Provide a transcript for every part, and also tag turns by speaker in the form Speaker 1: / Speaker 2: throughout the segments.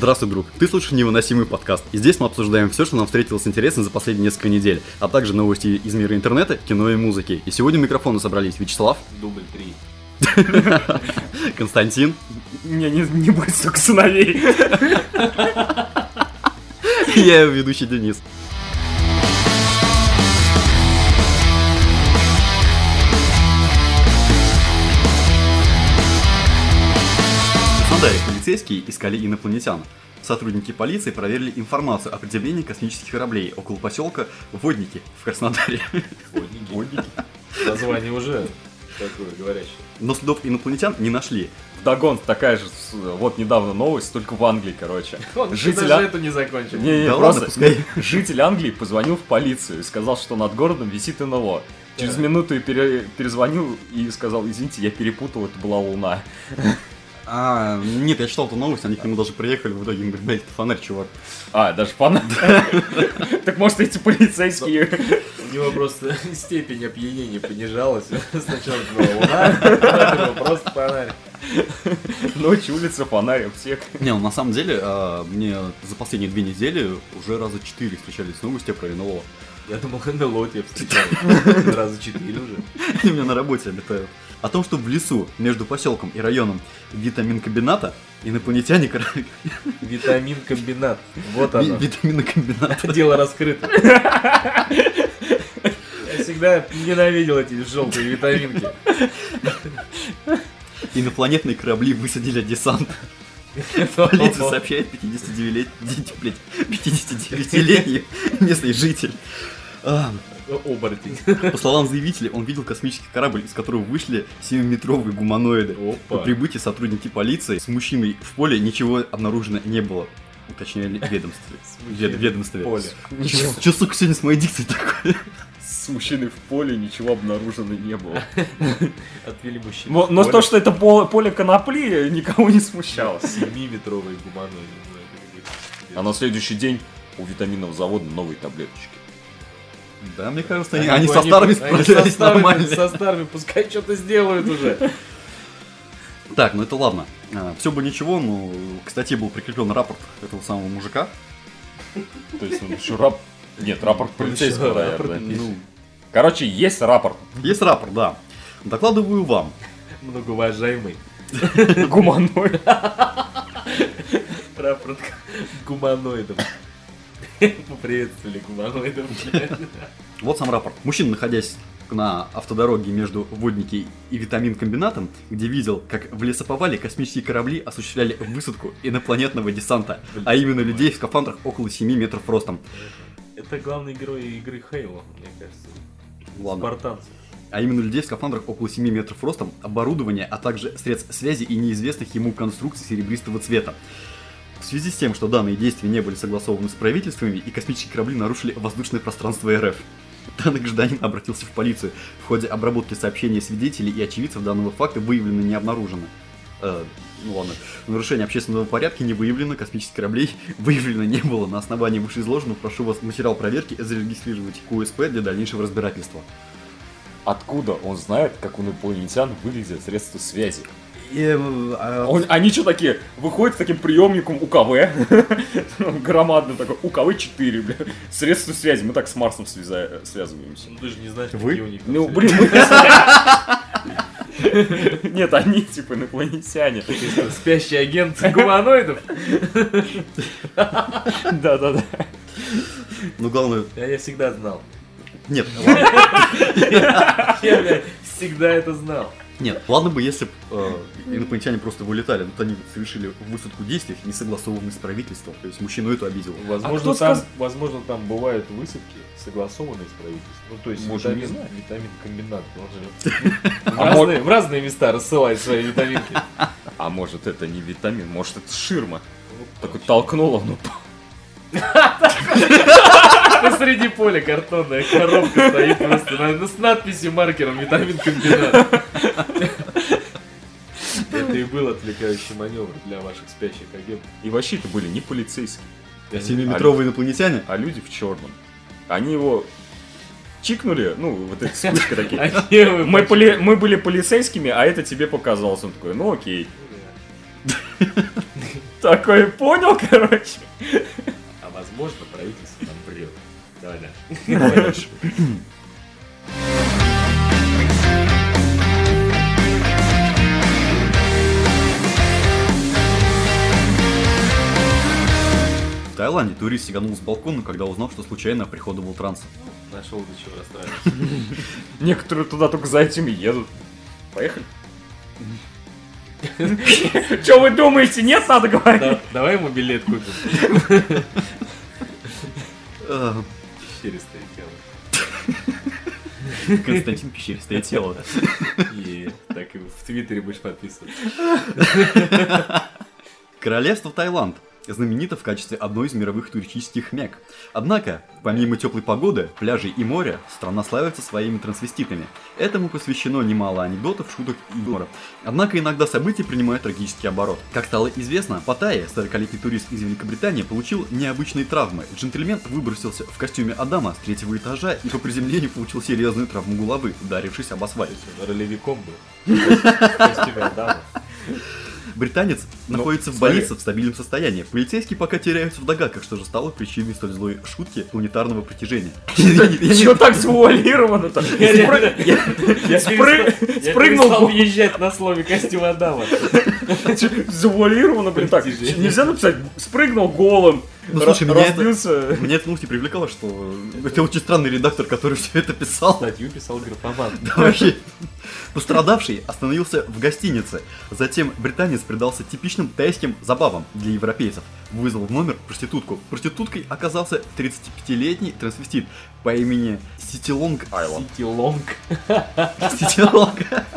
Speaker 1: Здравствуй, друг. Ты слушаешь невыносимый подкаст. И здесь мы обсуждаем все, что нам встретилось интересно за последние несколько недель, а также новости из мира интернета, кино и музыки. И сегодня у микрофона собрались Вячеслав.
Speaker 2: Дубль 3.
Speaker 1: Константин.
Speaker 3: Не будет столько сыновей.
Speaker 1: И я его ведущий Денис. В Краснодаре полицейские искали инопланетян. Сотрудники полиции проверили информацию о приземлении космических кораблей около поселка Водники в Краснодаре.
Speaker 2: Водники. Название уже такое говорящее.
Speaker 1: Но следов инопланетян не нашли.
Speaker 3: Вдогонку такая же, вот недавно новость, только в Англии, короче.
Speaker 2: Житель даже эту не закончил.
Speaker 1: Да
Speaker 3: просто
Speaker 1: ладно, пускай.
Speaker 3: Житель Англии позвонил в полицию и сказал, что над городом висит НЛО. Через минуту перезвонил и сказал: извините, я перепутал, это была Луна.
Speaker 1: Нет, я читал эту новость, они к нему даже приехали, в итоге, блядь, это фонарь, чувак.
Speaker 3: Даже фонарь. Так может эти полицейские...
Speaker 2: У него просто степень опьянения понижалась. Сначала это была Луна, это был просто фонарь.
Speaker 3: Ночь, улица, фонарь, всех.
Speaker 1: Не, ну на самом деле, мне за последние 2 недели уже раза 4 встречались новости про НЛО.
Speaker 2: Я думал, НЛО тебя встречал. Раза 4 уже.
Speaker 1: Они у меня на работе обитают. О том, что в лесу между поселком и районом витаминкомбината инопланетяне...
Speaker 2: Витамин-комбинат. Вот оно.
Speaker 1: Витаминокомбинат.
Speaker 2: Дело раскрыто. Я всегда ненавидел эти желтые витаминки.
Speaker 1: Инопланетные корабли высадили десант. Полиция сообщает 59-летний местный житель.
Speaker 2: Оборотень.
Speaker 1: По словам заявителя, он видел космический корабль, из которого вышли 7-метровые гуманоиды.
Speaker 2: Опа.
Speaker 1: По прибытии сотрудники полиции с мужчиной в поле ничего обнаружено не было. Уточняли ведомстве.
Speaker 2: Поле.
Speaker 1: Че, сука, сегодня с моей дикцией такое?
Speaker 3: С мужчиной в поле ничего обнаружено не было.
Speaker 2: Отвели мужчину.
Speaker 3: Но то, что это поле конопли, никого не смущало.
Speaker 2: 7-метровые гуманоиды.
Speaker 3: А на следующий день у витаминного завода новые таблеточки.
Speaker 1: Да, мне кажется, они со старыми справлялись нормально.
Speaker 2: Со старыми, пускай что-то сделают уже.
Speaker 1: Так, ну это ладно. Все бы ничего, но к статье был прикреплен рапорт этого самого мужика.
Speaker 3: То есть он еще Нет, рапорт полицейского, наверное.
Speaker 1: Ну,
Speaker 3: короче, есть рапорт.
Speaker 1: есть рапорт, да. Докладываю вам.
Speaker 2: Многоуважаемый.
Speaker 3: Гуманоид.
Speaker 2: Рапорт гуманоидов. Поприветствовали гуманоидов.
Speaker 1: Вот сам рапорт. Мужчина, находясь на автодороге между Водники и Витаминкомбинатом, где видел, как в лесоповале космические корабли осуществляли высадку инопланетного десанта, а именно людей в скафандрах около 7 метров ростом.
Speaker 2: Это главный герой игры Halo, мне кажется.
Speaker 1: Ладно.
Speaker 2: Спартанцы.
Speaker 1: А именно людей в скафандрах около 7 метров ростом, оборудование, а также средств связи и неизвестных ему конструкций серебристого цвета. В связи с тем, что данные действия не были согласованы с правительствами и космические корабли нарушили воздушное пространство РФ, данный гражданин обратился в полицию. В ходе обработки сообщений свидетелей и очевидцев данного факта выявлено не обнаружено. Нарушение общественного порядка не выявлено, космических кораблей выявлено не было. На основании вышеизложенного прошу вас материал проверки зарегистрировать КУСП для дальнейшего разбирательства.
Speaker 3: Откуда он знает, как у инопланетян выглядят средства связи?
Speaker 1: Они
Speaker 3: что такие, выходят с таким приемником УКВ, громадный такой, УКВ-4, бля, средства связи, мы так с Марсом связываемся.
Speaker 2: Ну ты же не знаешь,
Speaker 1: Вы?
Speaker 2: какие у них.
Speaker 3: Ну, блин, мы... Нет, они типа инопланетяне.
Speaker 2: Спящий агент гуманоидов.
Speaker 3: Да-да-да.
Speaker 1: Ну, главное...
Speaker 2: Я всегда знал.
Speaker 1: Нет,
Speaker 2: Я, блядь, всегда это знал.
Speaker 1: Нет, ладно бы, если инопланетяне просто вылетали, но они совершили высадку действий, не согласованных с правительством. То есть мужчину это обидело.
Speaker 2: Возможно, там бывают высадки, согласованные с правительством. Ну, то есть
Speaker 3: Может, не знаю.
Speaker 2: витамин-комбинат. В разные места рассылает свои витаминки.
Speaker 3: А может это не витамин, может это ширма. Такой толкнула, ну...
Speaker 2: Посреди поля картонная коробка стоит просто с надписью маркером «Витамин-комбинат». Это и был отвлекающий маневр для ваших спящих агентов.
Speaker 3: И вообще это были не полицейские.
Speaker 1: 7-метровые инопланетяне?
Speaker 3: А люди в черном. Они его чикнули, ну, вот эти вспышки такие. Мы были полицейскими, а это тебе показалось. Он такой, ну окей. Такой понял, короче.
Speaker 2: А возможно, правительство нам врет. Давай дальше.
Speaker 1: В Таиланде турист сиганул с балкона, когда узнал, что случайно оприходовал транс.
Speaker 2: Нашел до чего расстраиваться.
Speaker 3: Некоторые туда только за этим и едут. Поехали. Че вы думаете, нет, надо говорить?
Speaker 2: Давай ему билет купим. Пещеристое тело.
Speaker 1: Константин Пещеристое тело.
Speaker 2: Так и в Твиттере будешь подписываться.
Speaker 1: Королевство Таиланд знаменито в качестве одной из мировых туристических мек. Однако, помимо теплой погоды, пляжей и моря, страна славится своими трансвеститами. Этому посвящено немало анекдотов, шуток и юмора. Однако иногда события принимают трагический оборот. Как стало известно, Паттайя, 40-летний турист из Великобритании, получил необычные травмы. Джентльмен выбросился в костюме Адама с 3-го этажа и по приземлению получил серьезную травму головы, ударившись об асфальт.
Speaker 2: Ролевиком был. В костюме Адама.
Speaker 1: Британец находится в больнице в стабильном состоянии. Полицейские пока теряются в догадках, что же стало причиной столь злой шутки планетарного притяжения.
Speaker 3: Чего так завуалировано-то?
Speaker 2: Я
Speaker 3: Спрыгнул.
Speaker 2: въезжать на слове костюм Адама.
Speaker 3: Завуалировано, блин, так. Нельзя написать, спрыгнул голым.
Speaker 1: Ну слушай, меня
Speaker 3: разбился.
Speaker 1: это новости привлекало, что это очень странный редактор, который все это писал.
Speaker 2: Статью писал графоман.
Speaker 1: Да, вообще. Пострадавший остановился в гостинице. Затем британец предался типичным тайским забавам для европейцев. Вызвал в номер проститутку. Проституткой оказался 35-летний трансвестит по имени Ситилонг Айланд.
Speaker 2: Ситилонг.
Speaker 1: Ситилонг.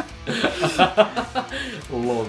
Speaker 2: Лонг.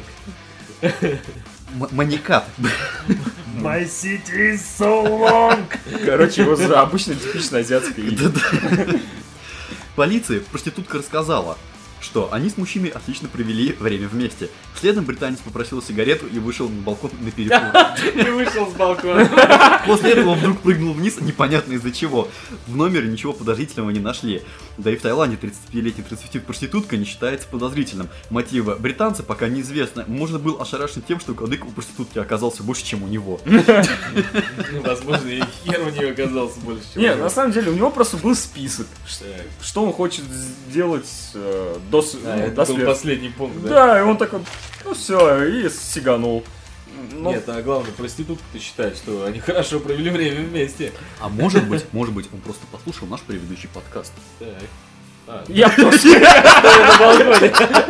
Speaker 1: Манекат.
Speaker 2: My city is so long.
Speaker 3: Короче, его обычно типично азиатское имя.
Speaker 1: Полиции проститутка рассказала, что они с мужчиной отлично провели время вместе. Следом британец попросил сигарету и вышел на балкон на перекур.
Speaker 2: И вышел с балкона.
Speaker 1: После этого он вдруг прыгнул вниз, непонятно из-за чего. В номере ничего подозрительного не нашли. Да и в Таиланде 35-летний трансвестит-проститутка не считается подозрительным. Мотивы британца пока неизвестны. Можно был ошарашен тем, что кадык у проститутки оказался больше, чем у него.
Speaker 2: Возможно, и хер у нее оказался больше, чем
Speaker 3: Не, на самом деле у него просто был список,
Speaker 2: Так.
Speaker 3: что он хочет сделать до
Speaker 2: Это был
Speaker 3: смерти.
Speaker 2: последний пункт, да?
Speaker 3: Да, и он такой, ну все, и сиганул. Ну,
Speaker 2: Нет, а главное, проститутка-то считает, что они хорошо провели время вместе.
Speaker 1: А может быть, он просто послушал наш предыдущий подкаст.
Speaker 2: Так. А,
Speaker 3: я тоже.
Speaker 2: стоя на балконе.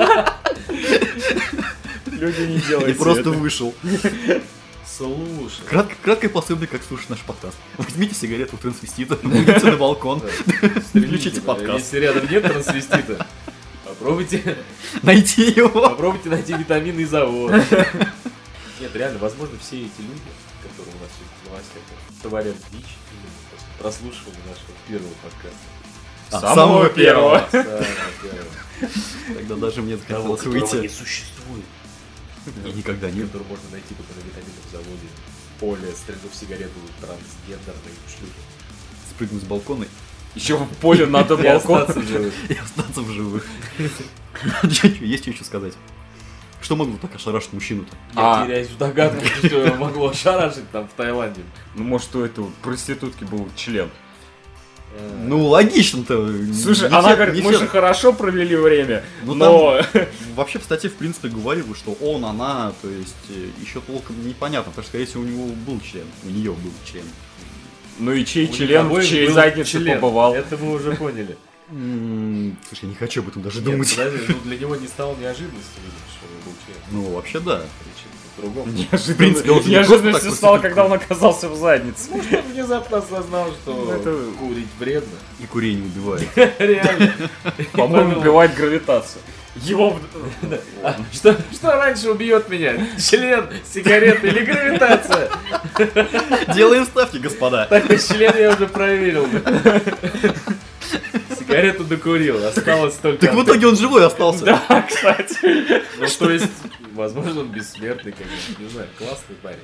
Speaker 3: Люди не
Speaker 1: И
Speaker 3: делают
Speaker 1: просто вышел.
Speaker 2: Слушай.
Speaker 1: Краткое пособие, как слушать наш подкаст. Возьмите сигарету у трансвестита, выйдите на балкон, включите подкаст.
Speaker 2: Если рядом нет трансвестита, попробуйте
Speaker 1: Найти его.
Speaker 2: найти витаминный завод. Нет, реально, возможно, все эти люди, которые у нас сегодня в новостях, творят дичь именно после прослушивания нашего первого подкаста.
Speaker 3: Самого первого.
Speaker 2: Самого первого.
Speaker 1: Тогда даже мне
Speaker 2: Того,
Speaker 1: захотелось
Speaker 2: которого не
Speaker 1: выйти.
Speaker 2: существует.
Speaker 1: И никогда не.
Speaker 2: Который можно найти только на витаминном заводе. Поле, стрельнув сигарету, трансгендерной шлюхи.
Speaker 1: Спрыгнуть с балкона
Speaker 3: Еще в поле надо
Speaker 2: И
Speaker 3: балкон.
Speaker 2: остаться живым.
Speaker 1: и остаться в живых. Есть что еще сказать? Что могло так ошарашить мужчину-то?
Speaker 2: Я теряюсь в догадках, что его могло ошарашить там в Таиланде.
Speaker 3: Ну, может, у этого проститутки был член.
Speaker 1: Ну, логично-то.
Speaker 3: Слушай,
Speaker 1: Не
Speaker 3: она
Speaker 1: все-
Speaker 3: говорит,
Speaker 1: не
Speaker 3: мы
Speaker 1: все-
Speaker 3: же хорошо провели время,
Speaker 1: Ну,
Speaker 3: но...
Speaker 1: Вообще в статье, в принципе, говорилось, что он, она, то есть, еще толком непонятно, потому что, скорее всего, у него был член, у нее был член.
Speaker 3: Ну и чей
Speaker 2: У них
Speaker 3: член в
Speaker 2: обоих
Speaker 3: чьей
Speaker 2: был
Speaker 3: заднице
Speaker 2: член.
Speaker 3: побывал?
Speaker 2: Это мы уже поняли.
Speaker 1: Слушай, я не хочу об этом даже
Speaker 2: Нет,
Speaker 1: думать.
Speaker 2: подожди, ну для него не стало неожиданностью, видимо, что у него был член.
Speaker 1: Ну, вообще, да.
Speaker 2: Причина в другом.
Speaker 1: В принципе, он же не просто
Speaker 3: Неожиданностью
Speaker 1: так
Speaker 3: стало,
Speaker 1: проститутку.
Speaker 3: когда он оказался в заднице.
Speaker 2: Может, он внезапно осознал, что
Speaker 3: Это-
Speaker 2: курить вредно.
Speaker 1: И курение убивает.
Speaker 2: Реально.
Speaker 3: По-моему, убивает гравитацию. Его...
Speaker 2: А что раньше убьет меня? Член, сигарета или гравитация?
Speaker 1: Делаем ставки, господа.
Speaker 2: Такой член я уже проверил. Сигарету докурил, осталось только...
Speaker 1: Так в итоге он живой остался.
Speaker 3: Да, кстати.
Speaker 2: Ну, то есть, возможно, он бессмертный, конечно, не знаю, классный парень.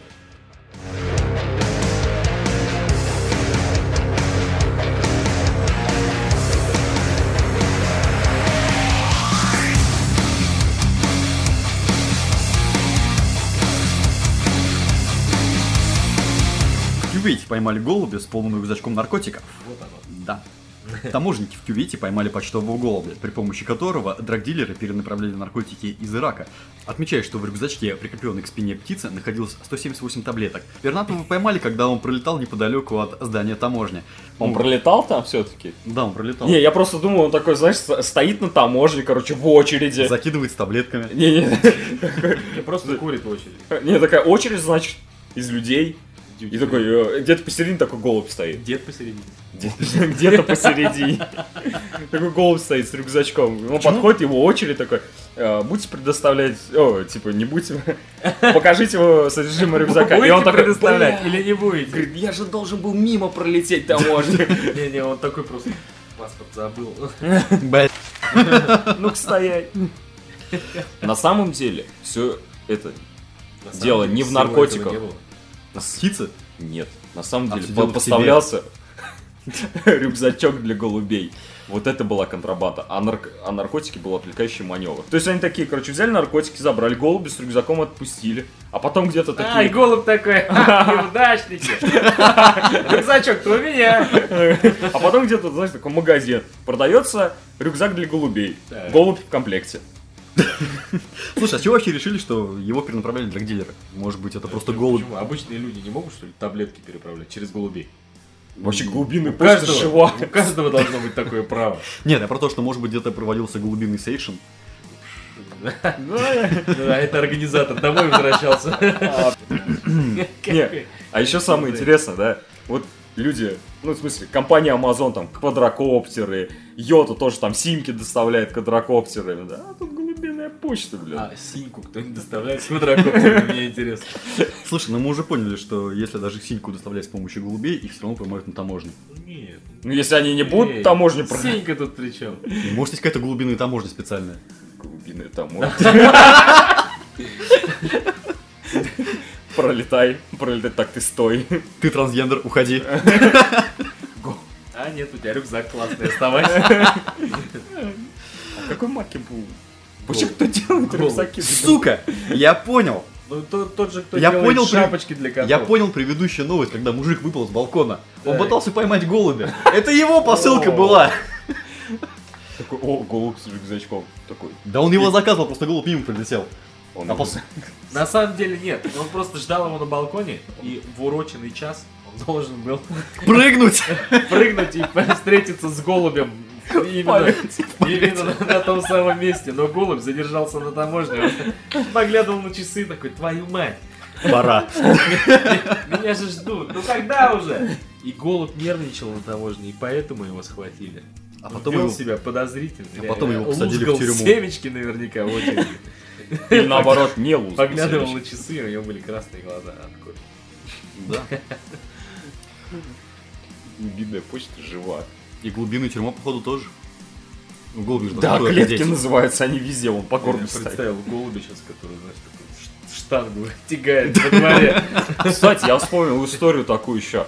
Speaker 1: Кувейте поймали голубя с полным рюкзачком наркотиков.
Speaker 2: Вот оно.
Speaker 1: Да. Таможенники в Кувейте поймали почтового голубя, при помощи которого драгдилеры перенаправляли наркотики из Ирака. Отмечаю, что в рюкзачке, прикрепленной к спине птицы, находилось 178 таблеток. Пернатого поймали, когда он пролетал неподалеку от здания таможни.
Speaker 3: Он пролетал там все-таки?
Speaker 1: Да, он пролетал.
Speaker 3: Не, я просто думаю, он такой, знаешь, стоит на таможне, короче, в очереди.
Speaker 1: Закидывает с таблетками.
Speaker 3: Не-не.
Speaker 2: Просто курит в очередь.
Speaker 3: Не, такая очередь, значит, из людей. И такой, где-то посередине такой голубь стоит.
Speaker 2: Дед посередине.
Speaker 3: Где-то посередине. Такой голубь стоит с рюкзачком. Он подходит, его очередь такой, будете предоставлять, не будете, покажите его содержимое рюкзака. И он такой,
Speaker 2: предоставлять или не будете?
Speaker 3: Говорит, я же должен был мимо пролететь таможню.
Speaker 2: Не-не, он такой просто паспорт забыл.
Speaker 3: Ну-ка стоять. На самом деле, все это дело не в наркотиках.
Speaker 1: Птицы?
Speaker 3: Нет, на самом
Speaker 1: А
Speaker 3: деле
Speaker 1: всё дело в
Speaker 3: поставлялся рюкзачок для голубей. Вот это была контрабанда, а наркотики был отвлекающий маневр. То есть они такие, короче, взяли наркотики, забрали голуби, с рюкзаком отпустили. А потом где-то такие...
Speaker 2: Ай, голубь такой, неудачники. Рюкзачок-то у меня.
Speaker 3: А потом где-то, знаешь, такой магазин. Продается рюкзак для голубей. Голубь в комплекте.
Speaker 1: Слушай, а с чего вообще решили, что его перенаправляли драгдилеры? Может быть, это просто голубь?
Speaker 2: Почему? Обычные люди не могут, что ли, таблетки переправлять через голубей?
Speaker 3: Вообще глубинный
Speaker 2: У
Speaker 3: поезд жива.
Speaker 2: каждого должно быть такое право.
Speaker 1: Нет, я про то, что, может быть, где-то проводился голубиный сейшн.
Speaker 2: Да, это организатор домой возвращался.
Speaker 3: А еще самое интересное, да, вот люди, ну, в смысле, компания Amazon, там, квадрокоптеры, Йота тоже там симки доставляет квадрокоптерами, да, а тут голубиная почта, блин.
Speaker 2: А синьку кто-нибудь доставляет с квадрокоптером, мне интересно.
Speaker 1: Слушай, ну мы уже поняли, что если даже синьку доставлять с помощью голубей, их все равно поймают на таможне.
Speaker 2: Нет.
Speaker 3: Ну, если они не будут таможню проходить.
Speaker 2: Синька тут при чем?
Speaker 1: И может, есть какая-то голубиная таможня специальная.
Speaker 3: Голубиная таможня. Пролетай, так ты стой.
Speaker 1: Ты трансгендер, уходи.
Speaker 2: А нет, у тебя рюкзак классный, оставайся.
Speaker 3: А какой марки был? Почему кто делает рюкзаки?
Speaker 1: Сука! Я понял.
Speaker 2: Ну тот же, кто
Speaker 1: Я
Speaker 2: делает
Speaker 1: понял,
Speaker 2: шапочки для котов.
Speaker 1: Я понял предыдущую новость, когда мужик выпал с балкона. Он пытался поймать голубя. Это его посылка была.
Speaker 3: Такой, о, голубь с рюкзачком. Такой.
Speaker 1: Да он его заказывал, просто голубь мимо прилетел.
Speaker 3: Он
Speaker 2: На самом деле нет, он просто ждал его на балконе, и в уроченный час он должен был
Speaker 1: Прыгнуть!
Speaker 2: прыгнуть и встретиться с голубем именно на том самом месте. Но голубь задержался на таможне, он поглядывал на часы, такой, твою мать,
Speaker 1: Пора.
Speaker 2: меня же ждут, ну когда уже? И голубь нервничал на таможне, и поэтому его схватили.
Speaker 1: А
Speaker 2: Он
Speaker 1: потом
Speaker 2: вел
Speaker 1: его...
Speaker 2: себя подозрительно.
Speaker 1: А потом его посадили в
Speaker 2: лузгал
Speaker 1: тюрьму.
Speaker 2: семечки наверняка в очереди.
Speaker 3: Или наоборот, не луз.
Speaker 2: Поглядывал на часы, у него были красные глаза от кофе.
Speaker 1: Да.
Speaker 3: Глубинная почта жива.
Speaker 1: И глубинную тюрьму, походу, тоже. Ну, голуби же
Speaker 3: Да,
Speaker 1: должны туда
Speaker 3: клетки
Speaker 1: ходить.
Speaker 3: называются, они везде, вон по городу
Speaker 2: Я
Speaker 3: стоят.
Speaker 2: представил голубя сейчас, который, знаешь, такой штангу тягает во дворе.
Speaker 3: Кстати, я вспомнил историю такую еще.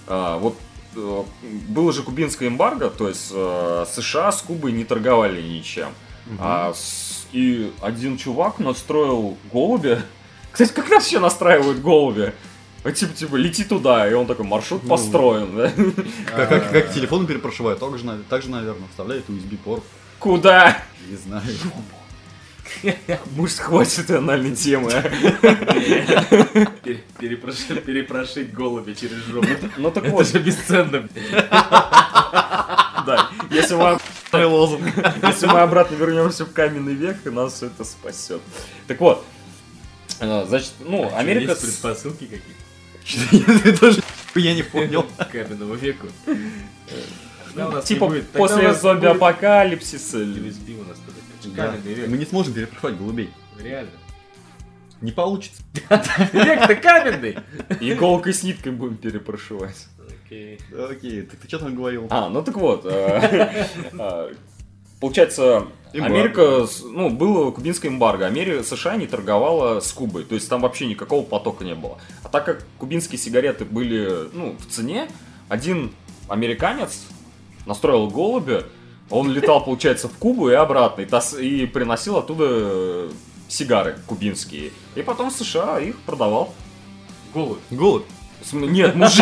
Speaker 3: Было же кубинское эмбарго, то есть США с Кубой не торговали ничем. И один чувак настроил голубя. Кстати, как раз еще настраивают голубя? Типа, лети туда, и он такой, маршрут построен, да?
Speaker 1: Как телефон перепрошивают, так же, наверное, вставляет USB-порт.
Speaker 3: Куда?
Speaker 1: Не знаю.
Speaker 3: Муж, хватит анальной темы.
Speaker 2: Перепрошить голубя через жопу.
Speaker 3: Ну так
Speaker 2: Это
Speaker 3: вот,
Speaker 2: же бесценно.
Speaker 3: да. Если мы обратно вернемся в каменный век, и нас это спасет. Так вот, значит, ну, Америка...
Speaker 2: Есть предпосылки какие-то
Speaker 1: Я даже я не понял.
Speaker 2: к каменному веку? Тогда у нас
Speaker 3: Типа
Speaker 2: не будет- тогда у
Speaker 3: после
Speaker 2: нас
Speaker 3: зомби-апокалипсиса.
Speaker 2: будет USB у нас тогда.
Speaker 1: Да.
Speaker 2: Каменный век.
Speaker 1: Мы не сможем переправить голубей.
Speaker 2: Реально.
Speaker 1: Не получится.
Speaker 2: Век-то каменный!
Speaker 3: Иголкой с ниткой будем перепрошивать.
Speaker 2: Окей.
Speaker 1: Окей, так ты что там говорил?
Speaker 3: Ну так вот. Получается,
Speaker 1: Эмбарго.
Speaker 3: Америка, ну, было кубинское эмбарго, США не торговала с Кубой, то есть там вообще никакого потока не было. А так как кубинские сигареты были, ну, в цене, один американец настроил голубя, он летал, получается, в Кубу и обратно, и приносил оттуда сигары кубинские. И потом в США их продавал.
Speaker 2: Голубь.
Speaker 1: Голубь.
Speaker 3: Нет, мужик.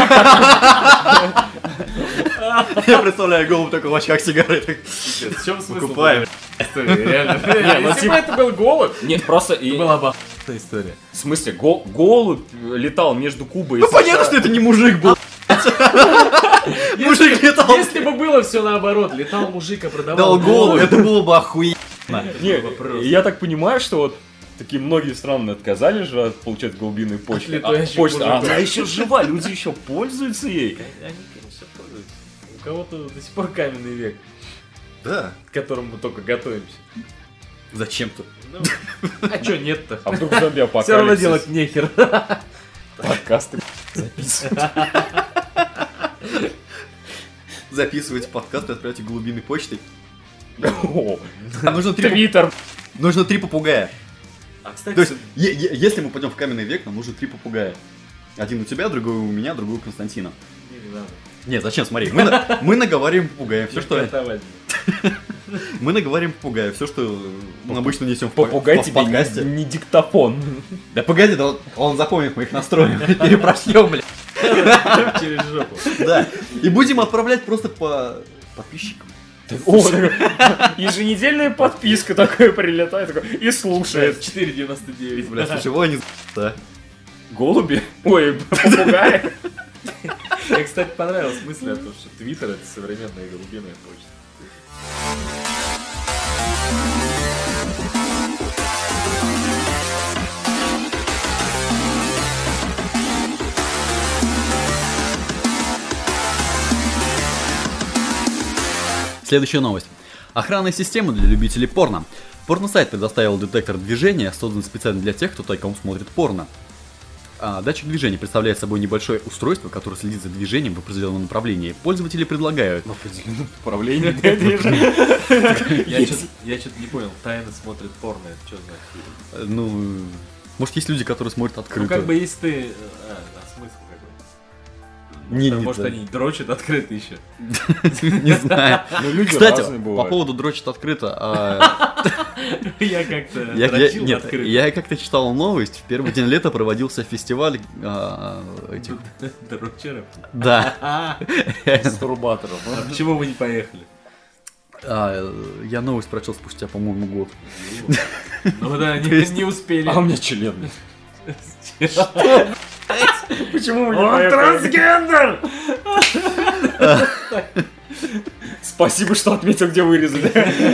Speaker 1: Я представляю голубь только в очках сигареты.
Speaker 2: В чем смысл?
Speaker 1: Покупаем.
Speaker 2: Истории, реально.
Speaker 3: Не, ну,
Speaker 2: Если
Speaker 3: типа-
Speaker 2: бы это был голубь,
Speaker 3: Нет, просто...
Speaker 2: это была бы охуенная история.
Speaker 3: В смысле, голубь летал между Кубой и
Speaker 1: Ну
Speaker 3: США.
Speaker 1: понятно, что это не мужик был. Мужик летал.
Speaker 2: Если бы было все наоборот, летал мужик, а продавал
Speaker 1: Дал голубь, это было бы охуенно.
Speaker 3: Не,
Speaker 2: вопрос.
Speaker 3: я так понимаю, что вот такие многие страны отказались же от получать голубиную почту.
Speaker 2: летающих
Speaker 3: Почта,
Speaker 2: мужиков.
Speaker 3: она еще жива, люди еще пользуются ей.
Speaker 2: Они, конечно, пользуются. У кого-то до сих пор каменный век,
Speaker 1: Да.
Speaker 2: к которому мы только готовимся.
Speaker 1: Зачем-то.
Speaker 2: Ну, а чё нет-то?
Speaker 3: А вдруг зомби-апокалипсис?
Speaker 2: Все равно делать нехер.
Speaker 3: Подкасты записывать.
Speaker 1: Записывайте подкаст и отправьте голубиной почтой.
Speaker 3: О,
Speaker 1: Нужно
Speaker 3: Твиттер.
Speaker 1: 3 попугая.
Speaker 2: А, кстати,
Speaker 1: То есть, если мы пойдем в каменный век, нам нужно 3 попугая. Один у тебя, другой у меня, другой у Константина.
Speaker 2: не надо.
Speaker 1: Нет, зачем, смотри, мы наговариваем попугая, все, что...
Speaker 2: Кота возьми.
Speaker 1: Мы наговариваем попугая, все, что мы обычно несем в
Speaker 3: Попугай
Speaker 1: в
Speaker 3: тебе
Speaker 1: подкасте.
Speaker 3: не диктофон.
Speaker 1: Да погоди, да он запомнит, мы их настроим, перепрошлем, блядь.
Speaker 2: Через жопу.
Speaker 1: Да, и будем отправлять просто по подписчикам.
Speaker 3: О, еженедельная подписка такая прилетает такой, и слушает.
Speaker 2: 4,99,
Speaker 1: Бля,
Speaker 2: бля.
Speaker 1: слушай, его они да.
Speaker 3: Голуби? Ой, попугаи.
Speaker 2: Мне, кстати, понравилась мысль о том, что Твиттер — это современная голубиная почта.
Speaker 1: Следующая новость. Охранная система для любителей порно. Порно-сайт предоставил детектор движения, созданный специально для тех, кто тайком смотрит порно. Датчик движения представляет собой небольшое устройство, которое следит за движением в определенном направлении. Пользователи предлагают...
Speaker 3: В определенном направлении.
Speaker 2: Я что-то не понял. Тайно смотрит порно, это что значит?
Speaker 1: Ну, может, есть люди, которые смотрят
Speaker 2: Ну,
Speaker 1: открыто.
Speaker 2: как бы, если ты... смысл какой?
Speaker 1: Не,
Speaker 2: Может,
Speaker 1: да.
Speaker 2: они дрочат открыто еще.
Speaker 1: Не знаю.
Speaker 3: Ну, люди
Speaker 1: Кстати,
Speaker 3: разные
Speaker 1: по
Speaker 3: бывают.
Speaker 1: поводу дрочит открыто,
Speaker 2: Я как-то
Speaker 1: я
Speaker 2: дрочил открыто.
Speaker 1: я как-то читал новость. В первый день лета проводился фестиваль этих...
Speaker 2: Дрочеров.
Speaker 1: Да.
Speaker 3: С турбатором.
Speaker 2: А почему вы не поехали?
Speaker 1: Я новость прочел спустя, по-моему, год.
Speaker 2: Ну да, не успели.
Speaker 3: А у меня член. Почему мы не
Speaker 2: Он
Speaker 3: поехали?
Speaker 2: трансгендер!
Speaker 3: Спасибо, что отметил, где вырезали.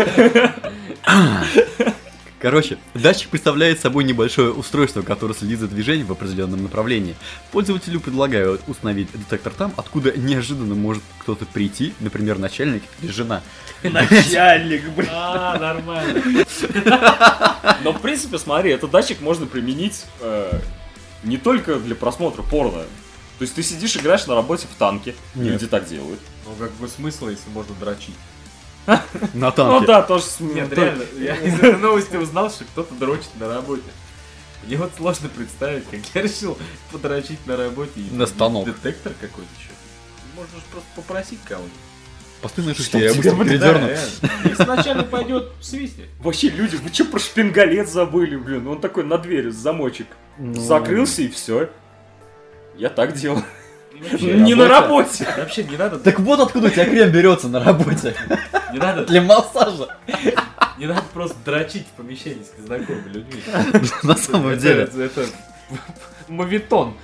Speaker 1: Короче, датчик представляет собой небольшое устройство, которое следит за движением в определенном направлении. Пользователю предлагают установить детектор там, откуда неожиданно может кто-то прийти, например, начальник или жена.
Speaker 3: Начальник, блин.
Speaker 2: Нормально.
Speaker 3: Но, в принципе, смотри, этот датчик можно применить не только для просмотра порно. То есть ты сидишь, играешь на работе в танке.
Speaker 1: Нет.
Speaker 3: Люди так делают.
Speaker 2: Ну как бы смысл, если можно дрочить?
Speaker 1: На
Speaker 3: Ну
Speaker 1: танке.
Speaker 3: да, тоже...
Speaker 2: Нет, реально, я из этой новости узнал, что кто-то дрочит на работе. Мне вот сложно представить, как я решил подрочить на работе. И
Speaker 1: На станок.
Speaker 2: Детектор какой-то еще. Можно же просто попросить кого-нибудь.
Speaker 1: Посты на
Speaker 3: Чтоб
Speaker 1: шесте, я
Speaker 3: тебя,
Speaker 1: быстро
Speaker 3: блин,
Speaker 1: передерну.
Speaker 2: Да, реально. Если начальник пойдет, свистнет.
Speaker 3: Вообще, люди, вы что про шпингалет забыли, блин? Он такой на двери, замочек. Закрылся и все. Я так делал.
Speaker 2: Вообще,
Speaker 3: Не на работе.
Speaker 2: Вообще не надо,
Speaker 1: Так вот откуда у тебя крем берется на работе.
Speaker 2: не надо,
Speaker 1: Для массажа.
Speaker 2: не надо просто дрочить в помещении с незнакомыми людьми.
Speaker 1: На самом деле.
Speaker 2: Это моветон.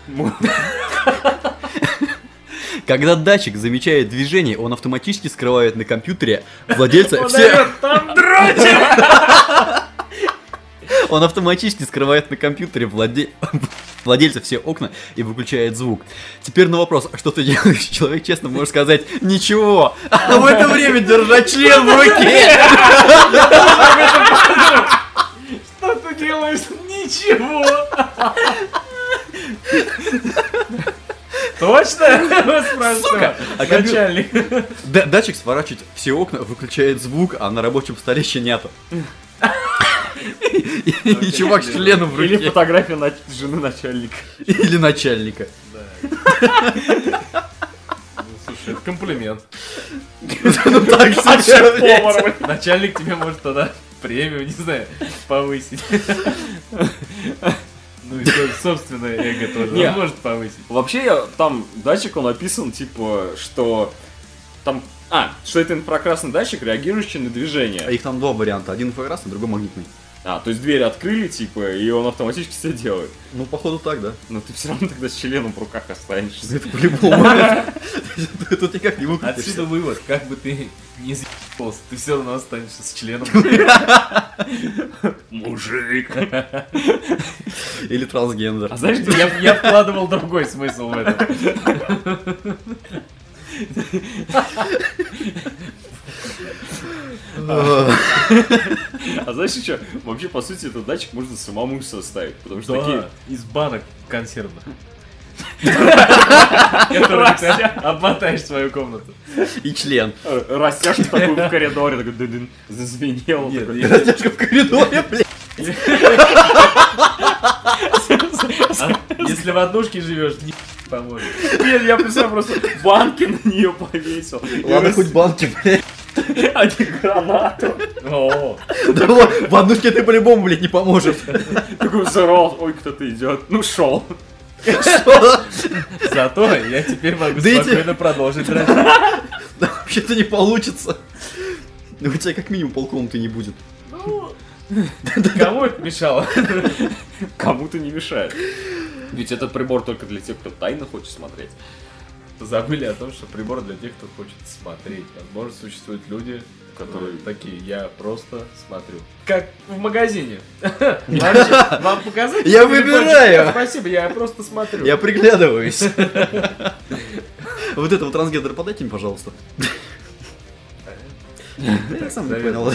Speaker 1: Когда датчик замечает движение, он автоматически скрывает на компьютере владельца
Speaker 2: Он
Speaker 1: все...
Speaker 2: орёт, там дрочит!
Speaker 1: Он автоматически скрывает на компьютере владельца все окна и выключает звук. Теперь на вопрос, что ты делаешь, человек честно может сказать ничего, а в это время держать член в руке.
Speaker 2: Что ты делаешь? Ничего! Точно?
Speaker 1: Сука! А
Speaker 2: Начальник.
Speaker 1: Датчик сворачивает все окна, выключает звук, а на рабочем столе щенята. И чувак с членом в
Speaker 3: Или
Speaker 1: руке.
Speaker 3: фотография жены начальника.
Speaker 1: Или начальника.
Speaker 2: Ну, слушай, это комплимент.
Speaker 1: Ну так
Speaker 3: А
Speaker 1: себе, блядь.
Speaker 3: повар, блин.
Speaker 2: Начальник тебе может тогда премию, не знаю, повысить. Ну и собственное эго тоже
Speaker 3: Не.
Speaker 2: может повысить.
Speaker 3: Вообще, там датчик, он описан, типа, что там... что это инфракрасный датчик, реагирующий на движение.
Speaker 1: А их там два варианта. Один инфракрасный, другой магнитный.
Speaker 3: То есть дверь открыли, типа, и он автоматически все делает.
Speaker 1: Ну, походу так, да.
Speaker 3: Но ты все равно тогда с членом в руках останешься.
Speaker 1: Это по-любому. Тут никак не выкрутишься.
Speaker 2: Отсюда вывод, как бы ты не заебался, ты все равно останешься с членом.
Speaker 3: Мужик.
Speaker 1: Или трансгендер.
Speaker 3: А знаешь,
Speaker 2: Я вкладывал другой смысл в это.
Speaker 3: а знаешь что? Вообще, по сути, этот датчик можно самому составить, потому что такие...
Speaker 2: Да, из банок консервных. Которые ты обмотаешь свою комнату.
Speaker 1: И член.
Speaker 3: Растяжку такую в коридоре, такой дын-дын, зазвенел.
Speaker 2: Нет,
Speaker 3: такой.
Speaker 1: Растяжка в коридоре, блядь.
Speaker 2: если в однушке живешь, не поможет.
Speaker 3: Нет, я представляю, просто банки на нее повесил.
Speaker 1: Ладно, хоть банки, блядь.
Speaker 3: А не гранату.
Speaker 2: О,
Speaker 1: Да вот, в однушке ты по-любому, блядь, не поможет.
Speaker 3: Такой взорвал, ой, кто-то идет. Ну, шел.
Speaker 2: зато я теперь могу
Speaker 1: Да эти-
Speaker 2: спокойно продолжить дрочить.
Speaker 1: Да вообще-то не получится. Ну, у тебя как минимум полкомнаты не будет.
Speaker 2: Кому это мешало?
Speaker 3: Кому-то не мешает. Ведь этот прибор только для тех, кто тайно хочет смотреть.
Speaker 2: Забыли о том, что прибор для тех, кто хочет смотреть. Возможно, существуют люди, которые такие, я просто смотрю. Как в магазине. Вам показать?
Speaker 1: Я
Speaker 2: Или
Speaker 1: выбираю.
Speaker 2: хочешь? Спасибо, я просто смотрю.
Speaker 1: Я приглядываюсь. Вот этого трансгендера подайте мне, пожалуйста. Я сам не понял.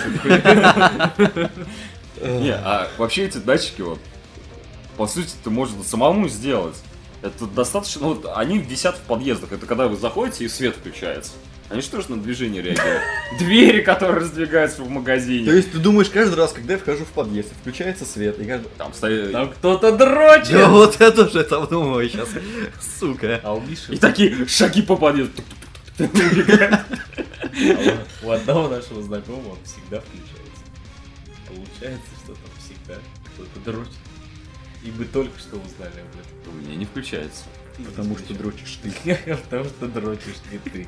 Speaker 3: Не, а вообще эти датчики, вот, по сути, ты можно самому сделать. Это достаточно, ну, вот, они висят в подъездах. Это когда вы заходите и свет включается. Они же тоже на движение реагируют. Двери, которые раздвигаются в магазине.
Speaker 1: То есть ты думаешь, каждый раз, когда я вхожу в подъезд, включается свет, и каждый...
Speaker 3: Там стоит...
Speaker 2: Там кто-то дрочит.
Speaker 1: Да вот это же там думаю сейчас, сука.
Speaker 2: А у Миши...
Speaker 3: И такие шаги по подъезду.
Speaker 2: У одного нашего знакомого он всегда включается. Получается, что там всегда кто-то дрочит. И мы только что узнали об этом.
Speaker 3: У меня не включается.
Speaker 1: Потому что дрочишь ты.
Speaker 2: Потому что дрочишь не ты.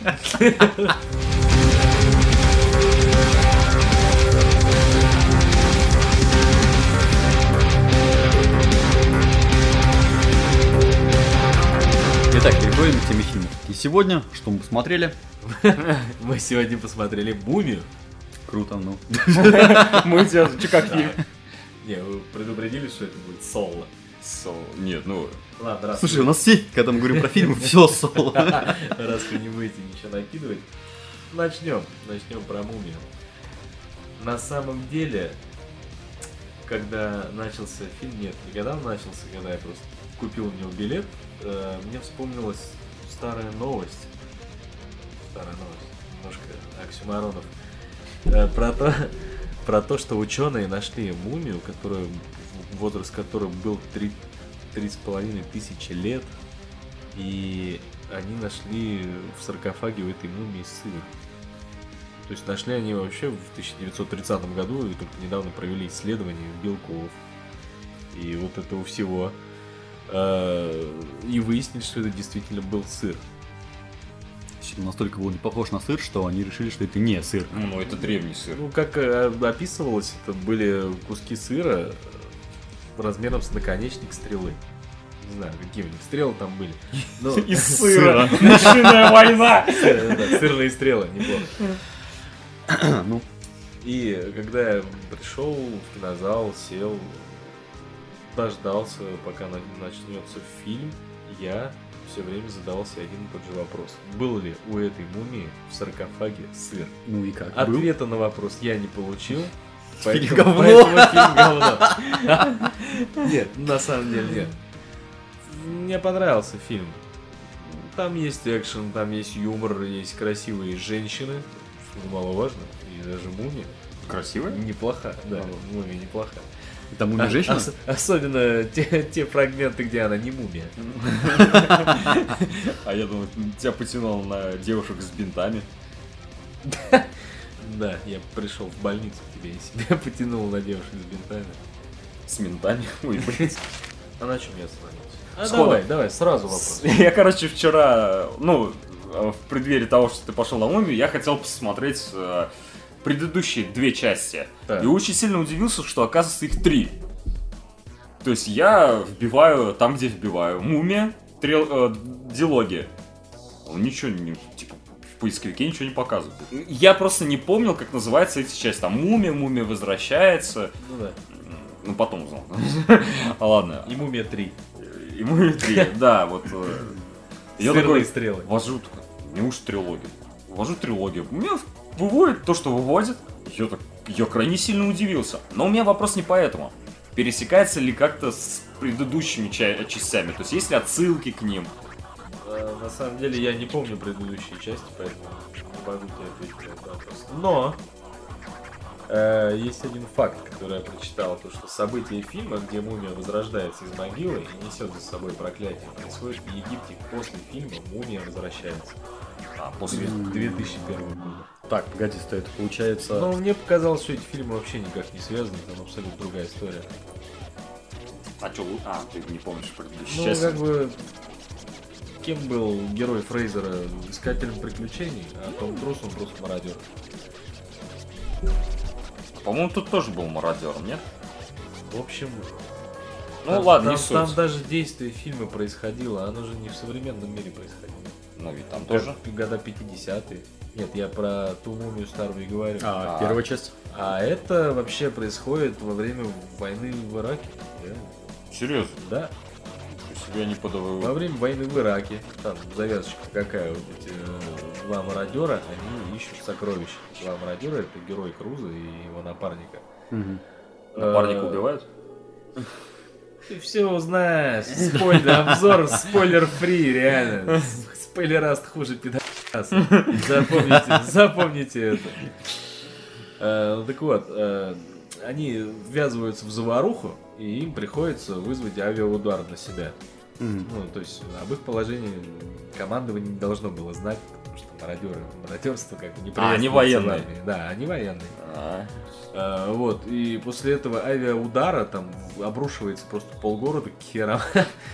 Speaker 1: Итак, переходим к теме фильмов. И сегодня, что мы посмотрели?
Speaker 2: Мы сегодня посмотрели «Мумию».
Speaker 1: Круто, ну.
Speaker 3: Мы делаем, что как фильм?
Speaker 2: Не, вы предупредили, что это будет соло.
Speaker 3: Нет, ну...
Speaker 2: Ладно, раз,
Speaker 1: Слушай, у нас все, когда мы говорим про фильмы, все соло.
Speaker 2: раз вы не будете ничего накидывать, начнем про «Мумию». На самом деле, когда начался фильм, нет, не когда он начался, когда я просто купил у него билет, мне вспомнилась старая новость, немножко оксюмаронов, про то, что ученые нашли мумию, возраст которой был 3,5 тысячи лет, и они нашли в саркофаге у этой мумии сыр. То есть нашли они вообще в 1930 году, и только недавно провели исследования белков и вот этого всего. И выяснили, что это действительно был сыр.
Speaker 1: Он настолько был не похож на сыр, что они решили, что это не сыр.
Speaker 3: Ну, это древний сыр.
Speaker 2: Ну, как описывалось, это были куски сыра размером с наконечник стрелы. Не знаю, какие у них стрелы там были. Но-
Speaker 3: Из сыра. Мышиная война.
Speaker 2: Да, сырные стрелы, неплохо.
Speaker 1: Ну,
Speaker 2: И когда я пришел в кинозал, сел, дождался, пока начнется фильм, я все время задавал себе один и тот же вопрос. Был ли у этой мумии в саркофаге сыр?
Speaker 1: ну и как? Был?
Speaker 2: Ответа на вопрос я не получил.
Speaker 1: Фильм
Speaker 2: Поэтому
Speaker 1: говно.
Speaker 2: фильм говно. Нет, на самом деле нет. Мне понравился фильм. Там есть экшен, там есть юмор, есть красивые женщины, что немаловажно, и даже мумия
Speaker 3: Красивый?
Speaker 2: неплоха. Да, мумия неплоха.
Speaker 1: Там умная женщина?
Speaker 2: Особенно те фрагменты, где она не мумия.
Speaker 3: А я думал, тебя потянуло на девушек с бинтами.
Speaker 2: Да, я пришел в больницу к тебе и себя потянул на девушек с бинтами.
Speaker 3: С ментами. Ой, блядь.
Speaker 2: А на чем я остановился?
Speaker 3: Сходу.
Speaker 2: Давай, сразу вопрос.
Speaker 3: Я, короче, вчера, в преддверии того, что ты пошел на мумию, я хотел посмотреть предыдущие 2 части.
Speaker 2: Так.
Speaker 3: И очень сильно удивился, что, оказывается, их 3. То есть я вбиваю там, где вбиваю. Мумия, дилогия. Он ничего не... Типа, в поисковике ничего не показывает. Я просто не помнил, как называются эти части. Там мумия возвращается.
Speaker 2: Ну да.
Speaker 3: Ну, потом узнал. Ладно.
Speaker 2: И Мумия 3.
Speaker 3: И Мумия 3, да, вот. Я такой
Speaker 2: стрелы.
Speaker 3: ввожу, неужто трилогия? Ввожу трилогию. У меня выводит то, что выводит. Я крайне сильно удивился. Но у меня вопрос не поэтому. Пересекается ли как-то с предыдущими частями? То есть есть ли отсылки к ним?
Speaker 2: На самом деле я не помню предыдущие части, поэтому не могу тебе ответить на этот вопрос. Но есть один факт, который я прочитал, то что события фильма, где мумия возрождается из могилы и несет за собой проклятие, происходит в Египте после фильма «Мумия возвращается».
Speaker 3: После
Speaker 2: 2001 года.
Speaker 1: Так, погоди, это получается...
Speaker 2: Но мне показалось, что эти фильмы вообще никак не связаны, там абсолютно другая история.
Speaker 3: Ты не помнишь предыдущие
Speaker 2: Ну,
Speaker 3: части?
Speaker 2: как бы... Кем был герой Фрейзера? Искателем приключений, а Том Круз, он просто мародер.
Speaker 3: По-моему, тут тоже был мародером, нет?
Speaker 2: В общем...
Speaker 3: Ну ладно, не
Speaker 2: там
Speaker 3: суть.
Speaker 2: даже действие фильма происходило, оно же не в современном мире происходило.
Speaker 3: Ну ведь там тоже.
Speaker 2: Года 50-е. Нет, я про ту мумию старую и говорю.
Speaker 1: Первая часть.
Speaker 2: А это вообще происходит во время войны в Ираке. Реально.
Speaker 3: Серьезно?
Speaker 2: Да.
Speaker 3: Я не подаваю.
Speaker 2: Во время войны в Ираке, там завязочка какая, вот эти 2 мародера, они ищут сокровища. 2 мародера — это герой Круза и его напарника.
Speaker 3: Напарника убивают?
Speaker 2: Ты все узнаешь. Спойлер, обзор спойлер-фри, реально. Спойлераст хуже пидораса. Запомните это. Так вот, они ввязываются в заваруху, и им приходится вызвать авиаудар на себя. Ну, то есть об их положении командование не должно было знать, потому что мародерство как бы не приветствуется.
Speaker 3: Они военные.
Speaker 2: Да, они военные. Вот, и после этого авиаудара там обрушивается просто полгорода к херам.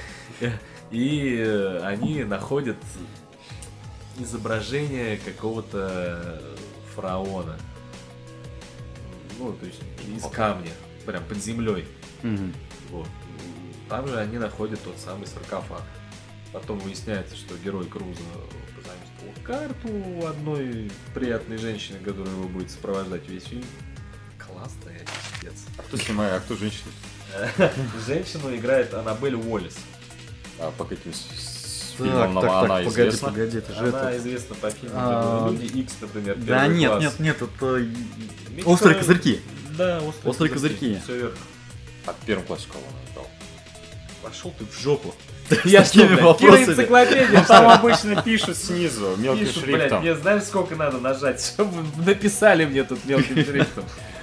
Speaker 2: И они находят изображение какого-то фараона. Ну, то есть из камня, прям под землей. Вот. Там же они находят тот самый саркофаг. Потом выясняется, что герой Круза позаимствовал карту у одной приятной женщины, которая его будет сопровождать весь фильм. Классная, пиздец.
Speaker 3: А кто снимает, а кто женщина?
Speaker 2: Женщину играет Аннабель Уоллес.
Speaker 3: А по каким фильмам она известна?
Speaker 1: Погоди, это же
Speaker 2: Она
Speaker 1: это...
Speaker 2: известна по фильму Люди Икс, например.
Speaker 1: Да
Speaker 2: Первый
Speaker 1: нет,
Speaker 2: класс.
Speaker 1: нет, это «Острые козырьки».
Speaker 2: Да,
Speaker 1: «Острые козырьки».
Speaker 2: Все верно.
Speaker 3: А в первом классе кого она играла?
Speaker 2: Пошел ты в жопу.
Speaker 1: Я с такими вопросами.
Speaker 2: Энциклопедия,
Speaker 3: Там обычно пишут снизу, мелким
Speaker 2: пишут, блядь,
Speaker 3: шрифтом.
Speaker 2: мне знаешь, сколько надо нажать, чтобы написали мне тут мелким шрифтом.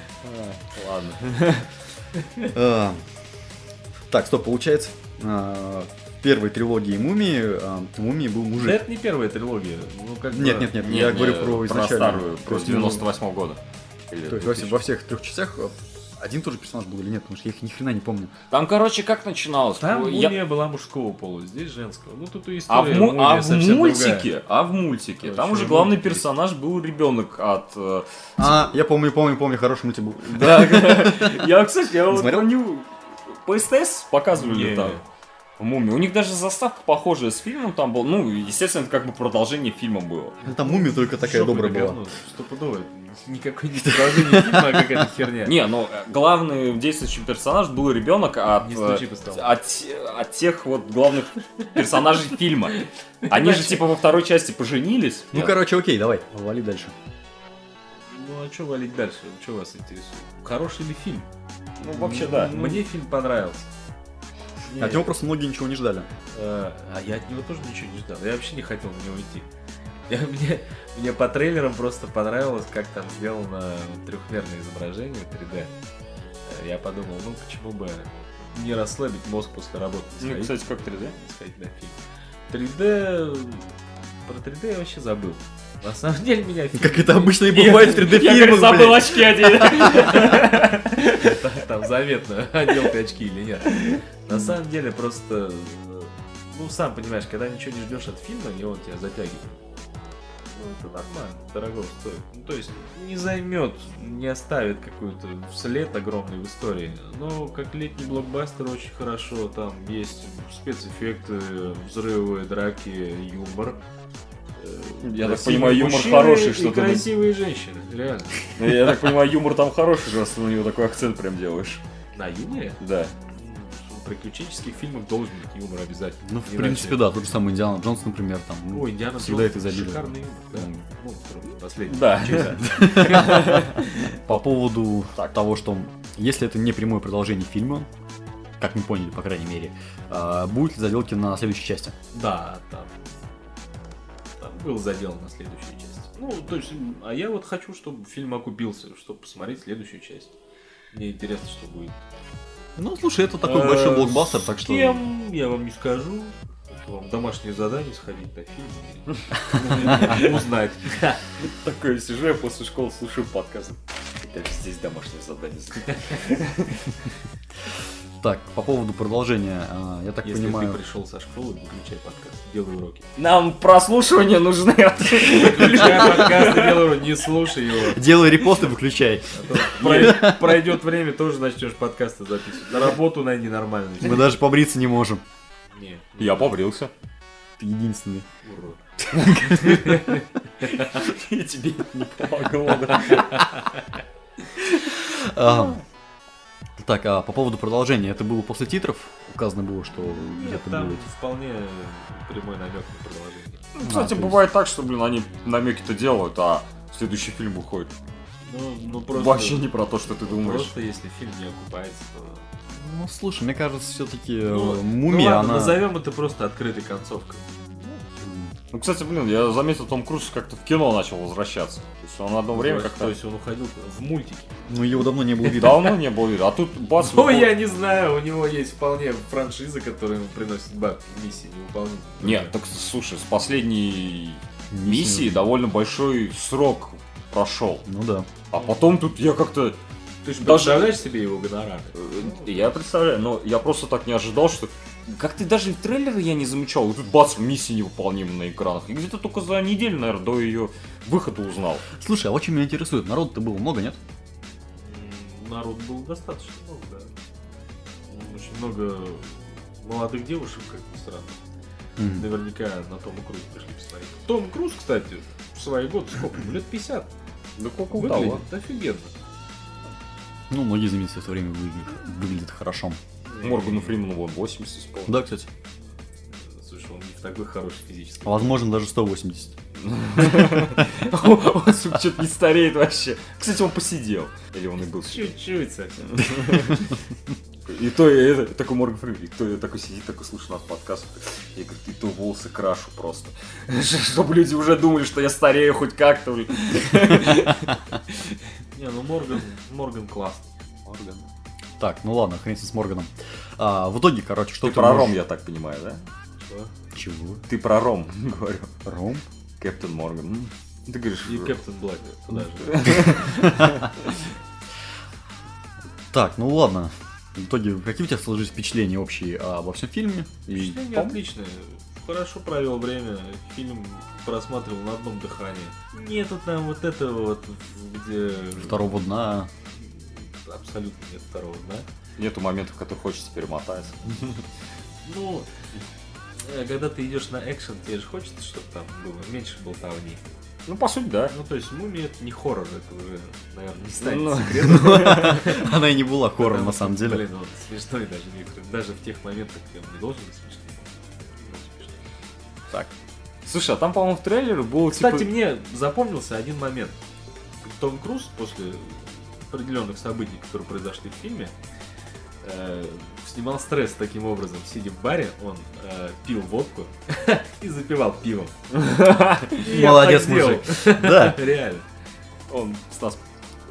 Speaker 3: Ладно.
Speaker 1: Так, стоп, получается, в первой трилогии Мумии был
Speaker 2: Да
Speaker 1: мужик.
Speaker 2: это не первая трилогия. Ну, как бы...
Speaker 1: Нет, я говорю про изначальную.
Speaker 3: старую,
Speaker 1: То
Speaker 3: про
Speaker 1: есть,
Speaker 3: 98-го года. Или
Speaker 1: То есть
Speaker 3: 2000.
Speaker 1: во всех 3 частях один тот же персонаж был или нет, потому что я их ни хрена не помню.
Speaker 3: Там, короче, как начиналось?
Speaker 2: Там
Speaker 3: Я-
Speaker 2: мумия была мужского пола, здесь женского. Ну, тут и
Speaker 3: А
Speaker 2: история
Speaker 3: в
Speaker 2: мумии совсем
Speaker 3: мультике,
Speaker 2: другая.
Speaker 3: там
Speaker 2: Короче,
Speaker 3: уже главный
Speaker 2: мультик
Speaker 3: персонаж был ребенок от...
Speaker 1: Я помню, хороший мультик был.
Speaker 3: Да, я, кстати, я вот
Speaker 1: Смотрел?
Speaker 3: помню, по СТС показывали
Speaker 2: Не.
Speaker 3: там Мумию. У них даже заставка похожая с фильмом там была. Ну, естественно, это как бы продолжение фильма было.
Speaker 1: Ну, там Мумия только такая
Speaker 2: Жопа
Speaker 1: добрая
Speaker 2: да
Speaker 1: была.
Speaker 2: говно, стопудово. Никакой не продолжение фильма, а какая-то херня.
Speaker 3: Не, ну, главный действующий персонаж был ребенок от,
Speaker 2: Не стучи по столу.
Speaker 3: от тех вот главных персонажей фильма. Они же типа во второй части поженились.
Speaker 1: Ну, короче, окей, давай, вали дальше.
Speaker 2: Ну, а что валить дальше? Что вас интересует? Хороший ли фильм?
Speaker 3: Ну, вообще, да.
Speaker 2: Мне фильм понравился.
Speaker 1: От него просто многие ничего не ждали.
Speaker 2: А я от него тоже ничего не ждал. Я вообще не хотел на него идти. Мне по трейлерам просто понравилось, как там сделано трехмерное изображение 3D. Я подумал, ну почему бы не расслабить мозг после работы.
Speaker 3: Ну, кстати, как 3D?
Speaker 2: Сходить на фильм. 3D... Про 3D я вообще забыл. На самом деле меня фильм...
Speaker 1: Как это обычно и бывает в 3D
Speaker 3: Я, говорит,
Speaker 1: фильмах,
Speaker 3: забыл
Speaker 1: блядь.
Speaker 3: очки одеть.
Speaker 2: Там заветно, одел ты очки или нет. На самом деле просто... Ну, сам понимаешь, когда ничего не ждешь от фильма, и он тебя затягивает. Ну, это нормально, дорого стоит. Ну, то есть, не займет, не оставит какой-то след огромный в истории. Но, как летний блокбастер, очень хорошо. Там есть спецэффекты, взрывы, драки, юмор.
Speaker 3: Я так
Speaker 2: Красивые
Speaker 3: понимаю, юмор
Speaker 2: мужчины
Speaker 3: хороший,
Speaker 2: и
Speaker 3: что ты...
Speaker 2: красивые женщины, реально.
Speaker 3: Я так понимаю, юмор там хороший, раз ты на него такой акцент прям делаешь.
Speaker 2: На юморе?
Speaker 3: Да.
Speaker 2: В приключенческих фильмах должен быть юмор обязательно.
Speaker 1: Ну, в
Speaker 2: Иначе-
Speaker 1: принципе, да, тот же самый Индиана Джонс, например, там. ну,
Speaker 2: Ой, Индиана
Speaker 1: всегда
Speaker 2: Джонс,
Speaker 1: это изобилие.
Speaker 2: шикарный юмор, да.
Speaker 1: Ну.
Speaker 2: Ну, последний.
Speaker 3: Да.
Speaker 1: По поводу
Speaker 3: Так.
Speaker 1: того, что если это не прямое продолжение фильма, как мы поняли, по крайней мере, будут ли заделки на следующей части?
Speaker 2: Да, там был задел на следующую часть. Ну, то есть, а я вот хочу, чтобы фильм окупился, чтобы посмотреть следующую часть. Мне интересно, что будет.
Speaker 1: Ну, слушай, это такой большой блокбастер, так
Speaker 2: С
Speaker 1: что...
Speaker 2: кем, я вам не скажу. Это вам домашнее задание сходить на фильм и узнать.
Speaker 3: Такой сижу я после школы, слушаю подкаст. Это здесь домашнее задание.
Speaker 1: Так, по поводу продолжения, я так
Speaker 2: Если
Speaker 1: понимаю...
Speaker 2: ты пришел со школы, выключай подкаст, делай уроки.
Speaker 3: Нам прослушивания нужны.
Speaker 2: Выключай подкаст и делай уроки, не слушай его.
Speaker 1: Делай репосты, выключай.
Speaker 2: А то пройдет время, тоже начнешь подкасты записывать. На работу найди нормальную.
Speaker 1: Мы даже побриться не можем.
Speaker 2: Не,
Speaker 3: Я побрился.
Speaker 1: Ты единственный.
Speaker 2: урод.
Speaker 3: И тебе это не помогло, да?
Speaker 1: Так, а по поводу продолжения, это было после титров? Указано было, что
Speaker 2: Нет,
Speaker 1: это
Speaker 2: там
Speaker 1: будет.
Speaker 2: вполне прямой намек на продолжение.
Speaker 3: Кстати,
Speaker 1: то есть-
Speaker 3: бывает так, что, блин, они намеки-то делают, а следующий фильм выходит.
Speaker 2: Ну просто...
Speaker 3: Вообще не про то, что ты думаешь.
Speaker 2: Просто если фильм не окупается, то...
Speaker 1: Ну, слушай, мне кажется, все-таки
Speaker 2: Ну
Speaker 1: Мумия,
Speaker 2: ладно,
Speaker 1: она...
Speaker 2: назовем это просто открытой концовкой.
Speaker 3: Ну, кстати, блин, я заметил, Том Круз как-то в кино начал возвращаться. То есть он одно время
Speaker 2: То
Speaker 3: как-то
Speaker 2: есть он уходил в мультики.
Speaker 1: Ну, его давно не было видно.
Speaker 3: давно не было видно. А тут бац,
Speaker 2: Ну,
Speaker 3: выходит-
Speaker 2: я не знаю, у него есть вполне франшиза, которая ему приносит бабки, миссии невыполнимые.
Speaker 3: Нет, так слушай, с последней миссии довольно большой срок прошел.
Speaker 1: Ну да.
Speaker 3: А потом тут я как-то...
Speaker 2: Ты же
Speaker 3: даже-
Speaker 2: представляешь себе его гонорары?
Speaker 3: Я представляю, но я просто так не ожидал, что... Как-то даже в трейлере я не замечал. И тут бац, миссия невыполнима на экранах. И где-то только за неделю, наверное, до ее выхода узнал.
Speaker 1: Слушай, а очень меня интересует, народу-то было много, нет?
Speaker 2: Народ был достаточно много, да. Очень много молодых девушек, как ни странно. Наверняка на Тома Круза пришли посмотреть. Том Круз, кстати, в свои годы, сколько ему, лет 50.
Speaker 3: Да сколько
Speaker 2: Выглядит офигенно.
Speaker 1: Ну, многие знаменитости в то время выглядят хорошо.
Speaker 3: Моргану Фримену вот 80 исполнилось.
Speaker 1: Да, кстати.
Speaker 2: Слушай, он не в такой хороший физически.
Speaker 1: Возможно, даже 180.
Speaker 3: Он, сука, что-то не стареет вообще. Кстати, он посидел. Или он и был сидел.
Speaker 2: Чуть-чуть совсем.
Speaker 3: И то я такой Морган Фримен, и то я такой сидит, такой слушает наш подкаст. Я говорю, и то волосы крашу просто. Чтобы люди уже думали, что я старею хоть как-то. блин.
Speaker 2: Не, ну Морган классный.
Speaker 3: Морган.
Speaker 1: Так, ну ладно, хрен с Морганом. В итоге, короче, что
Speaker 3: Ты про Ром, я так понимаю, да?
Speaker 2: Что?
Speaker 1: Чего?
Speaker 3: Ты про Ром, говорю.
Speaker 1: Ром?
Speaker 3: Кэптен Морган. Ты говоришь...
Speaker 2: И Кэптен Блэк туда же.
Speaker 1: Так, ну ладно. В итоге, какие у тебя сложились впечатления общие обо всем фильме? И
Speaker 2: Впечатление отличное. Хорошо провел время. Фильм просматривал на одном дыхании. Нету там вот этого вот, где...
Speaker 1: второго дна.
Speaker 2: Абсолютно нет второго дна.
Speaker 3: Нету моментов, в которых хочется перемотать.
Speaker 2: Ну, когда ты идешь на экшен, тебе же хочется, чтобы там было меньше болтовни.
Speaker 3: Ну, по сути, да.
Speaker 2: Ну, то есть, Мумия это не хоррор, это уже, наверное, не станет
Speaker 3: Ну.
Speaker 2: секретом.
Speaker 1: Она и не была хоррором,
Speaker 2: Потому
Speaker 1: на
Speaker 2: что,
Speaker 1: самом деле.
Speaker 2: Блин, он смешной даже некоторые. Даже в тех моментах, где он не должен быть смешным. он смешной.
Speaker 1: Так.
Speaker 3: Слушай, а там, по-моему, в трейлере был
Speaker 2: Кстати,
Speaker 3: типа...
Speaker 2: мне запомнился один момент. Том Круз после определенных событий, которые произошли в фильме, снимал стресс таким образом. Сидя в баре, он пил водку и запивал пивом. И я
Speaker 1: Молодец,
Speaker 2: так делал.
Speaker 1: мужик. Да.
Speaker 2: Реально.
Speaker 3: Он с нас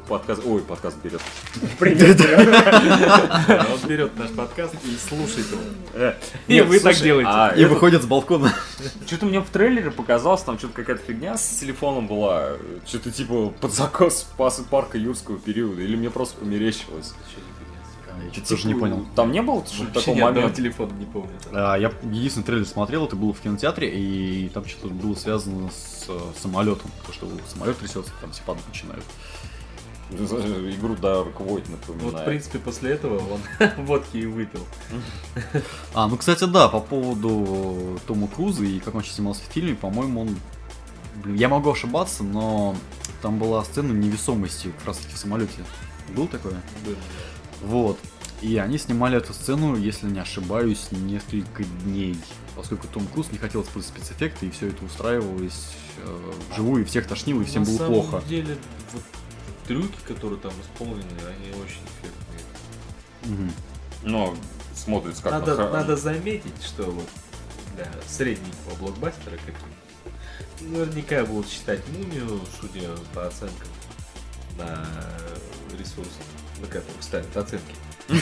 Speaker 3: подкаст берет. Привет,
Speaker 2: Он берет наш подкаст и слушает его. И вы так делаете.
Speaker 1: И выходит с балкона.
Speaker 3: Что-то мне в трейлере показалось, там что-то какая-то фигня с телефоном была. Что-то типа под закос парка юрского периода. Или мне просто померещилось.
Speaker 1: Я что-то тоже не понял.
Speaker 3: Там не было такого момента?
Speaker 2: Телефона не помню.
Speaker 1: Я единственный трейлер смотрел, это было в кинотеатре, и там что-то было связано с самолетом. То, что самолет трясется, там все падать начинают.
Speaker 3: Игру Dark Void напоминает.
Speaker 2: Вот, в принципе, после этого он водки и выпил.
Speaker 1: Ну, кстати, да, по поводу Тома Круза и как он сейчас снимался в фильме, по-моему, он... Я могу ошибаться, но там была сцена невесомости как раз таки в самолете. Был такое?
Speaker 2: Был.
Speaker 1: Вот. И они снимали эту сцену, если не ошибаюсь, несколько дней. Поскольку Том Круз не хотел использовать спецэффекты, и все это устраивалось вживую, и всех тошнило, и всем было плохо.
Speaker 2: На самом деле, вот, трюки, которые там исполнены, они очень эффектные.
Speaker 3: Но смотрится как
Speaker 2: Надо заметить, что вот для среднего блокбастера, как наверняка будут считать «Мумию», судя по оценкам на ресурсах, на которых ставят оценки.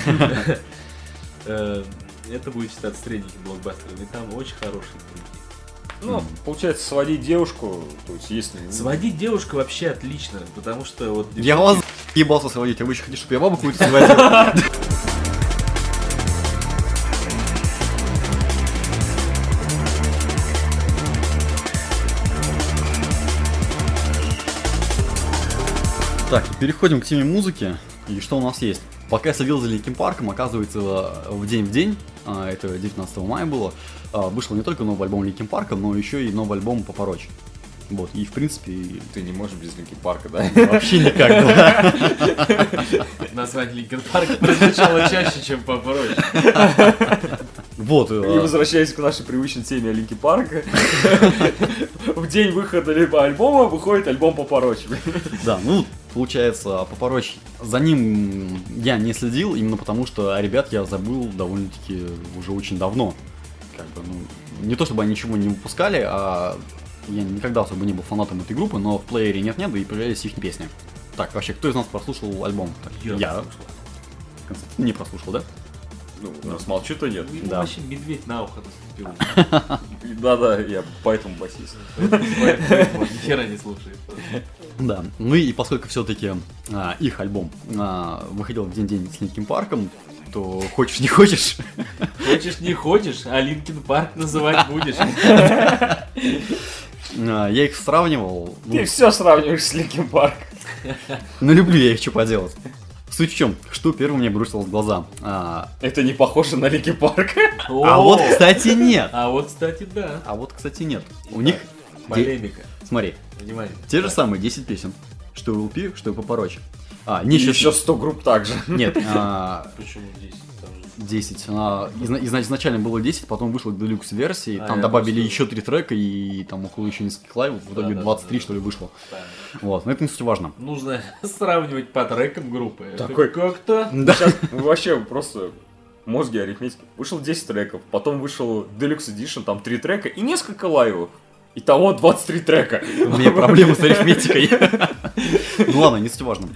Speaker 2: Это будет считаться средним блокбастером, и там очень хорошие трюки.
Speaker 3: Получается, сводить девушку, то есть если...
Speaker 2: Сводить девушку вообще отлично, потому что вот...
Speaker 1: Я вас ебался сводить, а вы еще хотите, чтобы я бабу какую-то сводил? Так, переходим к теме музыки. И что у нас есть? Пока я следил за Линкин Парком, оказывается, в день, это 19 мая было, вышел не только новый альбом Линкин Парка, но еще и новый альбом Papa Roach. Вот, и в принципе...
Speaker 3: Ты не можешь без Линкин Парка, да?
Speaker 1: Вообще никак, да.
Speaker 2: Название Линкин Парка прозвучало чаще, чем Papa Roach.
Speaker 1: Вот.
Speaker 3: И возвращаясь к нашей привычной теме о Линкин Парка, в день выхода альбома выходит альбом Papa Roach.
Speaker 1: Да, получается, Papa Roach, за ним я не следил, именно потому что ребят я забыл довольно-таки уже очень давно. Как бы, не то чтобы они ничего не выпускали, а я никогда особо не был фанатом этой группы, но в плеере нет-нет, да и появлялись их песни. Так, вообще, кто из нас прослушал альбом? Я. Константин не прослушал, да?
Speaker 3: Раз молчу, то нет.
Speaker 2: Да. Вообще медведь на ухо наступил.
Speaker 3: Да-да, я поэтому басист.
Speaker 2: Поэтому ни хера не слушает.
Speaker 1: Да, и поскольку все-таки их альбом выходил в день с Линкин Парком, то хочешь не хочешь.
Speaker 2: Хочешь не хочешь, а Линкин Парк называть будешь.
Speaker 1: Я их сравнивал.
Speaker 3: Ты все сравниваешь с Линкин Парк.
Speaker 1: Люблю я их, что поделать. Суть в чем, что первым мне бросилось в глаза.
Speaker 3: Это не похоже на Линкин Парк.
Speaker 1: А вот, кстати, нет.
Speaker 2: А вот, кстати, да.
Speaker 1: А вот, кстати, нет. У них...
Speaker 2: Полемика.
Speaker 1: Смотри.
Speaker 2: Внимание.
Speaker 1: Те же самые 10 песен. Что у LP, что и Papa Roach.
Speaker 3: Еще 100 групп также.
Speaker 1: Нет.
Speaker 2: Почему 10?
Speaker 1: 10. Изначально было 10, потом вышла делюкс версии, там добавили еще 3 трека и там около еще нескольких лайвов, в итоге 23 что ли вышло. Вот, но это не суть важно.
Speaker 2: Нужно сравнивать по трекам группы.
Speaker 3: Такой
Speaker 2: как-то.
Speaker 3: Сейчас вообще просто мозги арифметики. Вышел 10 треков, потом вышел Deluxe Edition, там 3 трека и несколько лайвов. Итого 23 трека.
Speaker 1: У меня проблемы с арифметикой. Ну ладно, не суть важно.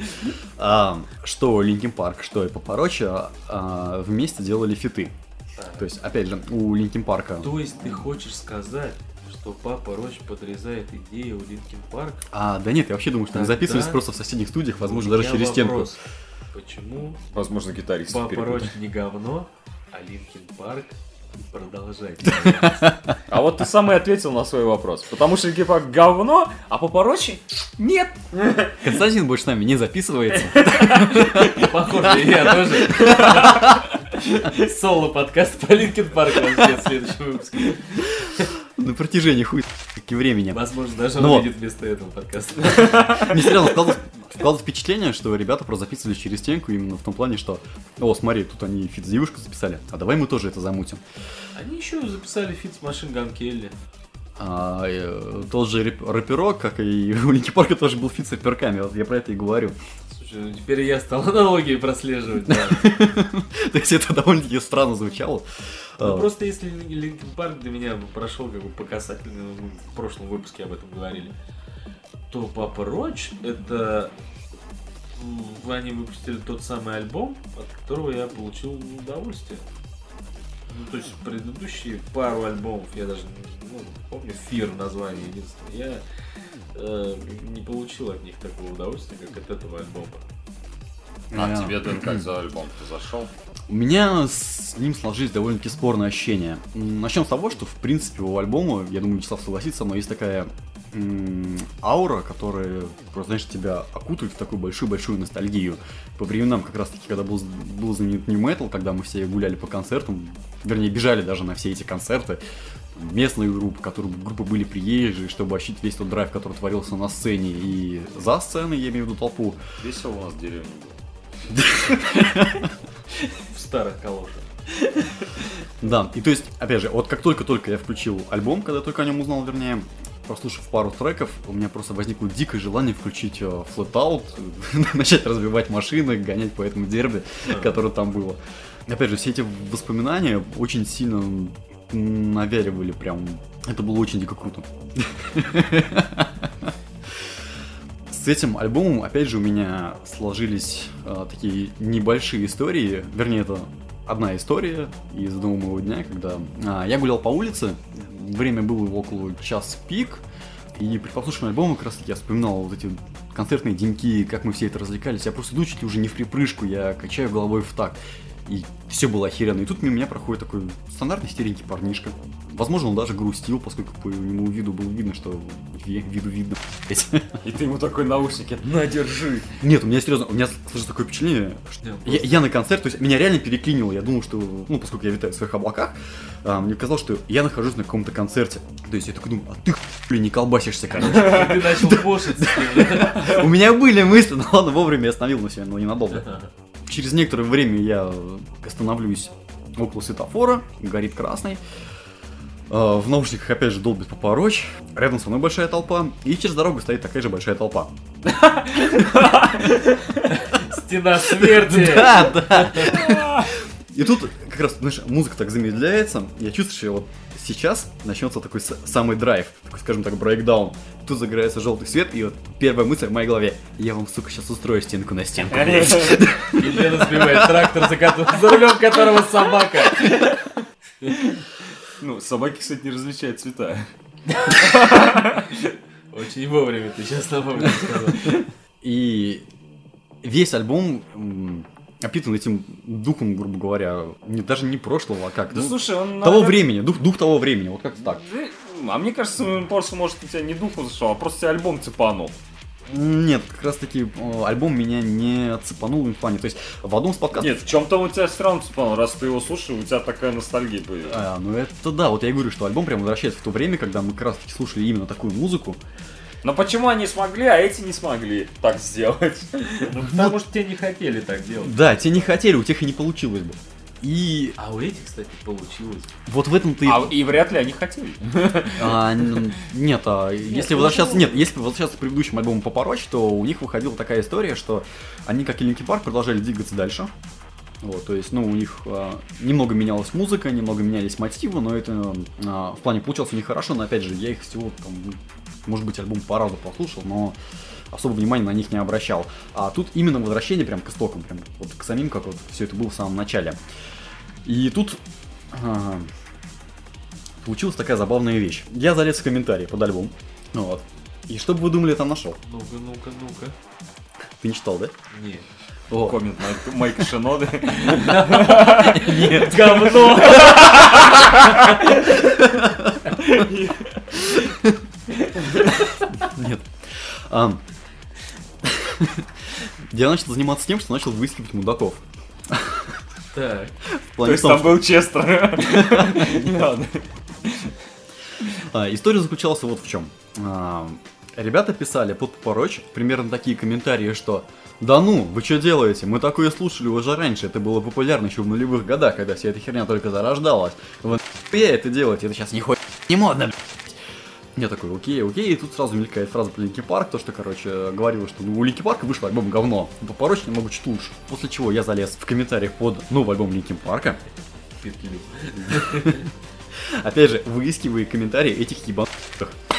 Speaker 1: Что Линкин Парк, что и Papa Roach вместе делали фиты. То есть, опять же, у Линкин Парка...
Speaker 2: То есть ты хочешь сказать, что Papa Roach подрезает идею у Линкин Парк?
Speaker 1: Да нет, я вообще думаю, что они записывались просто в соседних студиях, возможно, даже через стенку.
Speaker 2: Почему?
Speaker 3: Возможно, гитарист.
Speaker 2: Papa Roach не говно, а Линкин Парк продолжает.
Speaker 3: А вот ты сам и ответил на свой вопрос. Потому что Линкин Парк говно, а Papa Roach нет.
Speaker 1: Константин больше с нами не записывается.
Speaker 2: Похоже, я тоже. Соло-подкаст по Линкин Парку в следующем выпуске.
Speaker 1: На протяжении времени.
Speaker 2: Возможно, даже он видит вместо этого подкаста.
Speaker 1: Мне серьезно складывалось впечатление, что ребята просто записывались через стенку именно в том плане, что смотри, тут они фит с девушкой записали, а давай мы тоже это замутим.
Speaker 2: Они еще записали фит с Machine Gun Kelly.
Speaker 1: Тот же рэперок, как и у Линкин Парка, тоже был фит с рэперками, вот я про это и говорю.
Speaker 2: Слушай, теперь я стал аналогии прослеживать.
Speaker 1: То есть это довольно-таки странно звучало.
Speaker 2: Просто если Линкин Парк для меня прошел как бы по касательному, в прошлом выпуске об этом говорили, то Papa Roach это они выпустили тот самый альбом, от которого я получил удовольствие. Ну, то есть предыдущие пару альбомов, я даже помню Fear название единственное, я не получил от них такого удовольствия, как от этого альбома.
Speaker 3: А тебе, Дэн, как за альбом ты зашел?
Speaker 1: У меня с ним сложились довольно-таки спорные ощущения. Начнем с того, что, в принципе, у альбома, я думаю, Вячеслав согласится, но есть такая аура, которая, просто, знаешь, тебя окутывает в такую большую-большую ностальгию. По временам, как раз-таки, когда был знаменит New Metal, когда мы все гуляли по концертам, вернее, бежали даже на все эти концерты, местные группы были приезжие, чтобы ощутить весь тот драйв, который творился на сцене и за сценой, я имею в виду толпу.
Speaker 3: Весело у нас в деревне было.
Speaker 2: В старых калошах.
Speaker 1: Да, и то есть, опять же, вот как только я включил альбом, когда только о нем узнал, вернее, прослушав пару треков, у меня просто возникло дикое желание включить Flat Out, начать разбивать машины, гонять по этому дерби, которое там было. Опять же, все эти воспоминания очень сильно навяливали прям. Это было очень дико круто. С этим альбомом, опять же, у меня сложились такие небольшие истории. Вернее, это одна история из одного моего дня, когда я гулял по улице. Время было около час пик. И при прослушивании альбома как раз таки я вспоминал вот эти концертные деньки, как мы все это развлекались. Я просто иду чуть ли уже не в припрыжку, я качаю головой в такт. И все было охеренно. И тут мимо меня проходит такой стандартный серенький парнишка. Возможно, он даже грустил, поскольку по его виду было видно, что виду видно.
Speaker 3: И ты ему такой наушники, на, держи.
Speaker 1: Нет, у меня серьезно, у меня сложилось такое впечатление, что я на концерт, то есть меня реально переклинило. Я думал, что, поскольку я витаю в своих облаках, мне казалось, что я нахожусь на каком-то концерте. То есть я такой думаю, а ты хуй не колбасишься, короче.
Speaker 2: Ты начал бошить.
Speaker 1: У меня были мысли, но ладно, вовремя я остановил себя, но ненадолго. Через некоторое время я остановлюсь около светофора, горит красный. В наушниках опять же долбит Папа Роч. Рядом со мной большая толпа. И через дорогу стоит такая же большая толпа.
Speaker 2: Стена смерти.
Speaker 1: Да. И тут как раз, знаешь, музыка так замедляется. Я чувствую, что вот сейчас начнется такой самый драйв, такой, скажем так, брейкдаун. Тут загорается желтый свет, и вот первая мысль в моей голове: я вам, сука, сейчас устрою стенку на стенку.
Speaker 2: И Лена сбивает трактор, за рулем которого собака.
Speaker 3: Ну, собаки, кстати, не различают цвета.
Speaker 2: Очень вовремя ты сейчас напомнил, сказал.
Speaker 1: И весь альбом опитан этим духом, грубо говоря, даже не прошлого, а как?
Speaker 3: Да слушай, он...
Speaker 1: Того времени, дух того времени, вот как-то так.
Speaker 3: А мне кажется, просто, может, у тебя не дух зашел, а просто тебя альбом цепанул.
Speaker 1: Нет, как раз таки альбом меня не цепанул в плане. То есть в одном из подкастов...
Speaker 3: Нет, в чем-то у тебя все равно цепанул, раз ты его слушаешь, у тебя такая ностальгия появилась.
Speaker 1: Ну это да, вот я и говорю, что альбом прям возвращается в то время, когда мы как раз таки слушали именно такую музыку.
Speaker 3: Но почему они смогли, а эти не смогли так сделать?
Speaker 2: Ну потому что те не хотели так делать.
Speaker 1: Да, те не хотели, у тех и не получилось бы.
Speaker 2: А у этих, кстати, получилось.
Speaker 1: Вот в этом-то
Speaker 3: и вряд ли они хотели.
Speaker 1: Нет, если возвращаться к предыдущему альбому Папа Роч, то у них выходила такая история, что они, как и Linkin Park, продолжали двигаться дальше. Вот, то есть, у них немного менялась музыка, немного менялись мотивы, но это в плане получалось у них хорошо, но опять же, я их всего там, может быть, альбом по разу послушал, но особо внимания на них не обращал. А тут именно возвращение прям к истокам, прям вот к самим, как вот все это было в самом начале. И тут получилась такая забавная вещь. Я залез в комментарии под альбом. Вот. И что бы вы думали, я там нашел?
Speaker 2: Ну-ка.
Speaker 1: Ты не читал, да?
Speaker 2: Нет.
Speaker 1: О.
Speaker 3: Коммент Майка Шиноды.
Speaker 1: Нет.
Speaker 2: Говно!
Speaker 1: Нет. Я начал заниматься тем, что начал выискивать мудаков.
Speaker 2: Так.
Speaker 3: То есть там был Честер.
Speaker 1: История заключалась вот в чем. Ребята писали под Папа Роч примерно такие комментарии, что да ну, вы что делаете? Мы такое слушали уже раньше, это было популярно еще в нулевых годах, когда вся эта херня только зарождалась. Вы нахуя это делаете? Это сейчас нихуя не модно, блядь. Я такой, окей, и тут сразу мелькает фраза про Linkin Park, то, что, короче, говорило, что у Linkin Park вышел альбом говно, Папа Роч немного чуть лучше. После чего я залез в комментариях под новый альбом Linkin Park.
Speaker 2: Петлю.
Speaker 1: Опять же, выискивая комментарии этих ебанутых.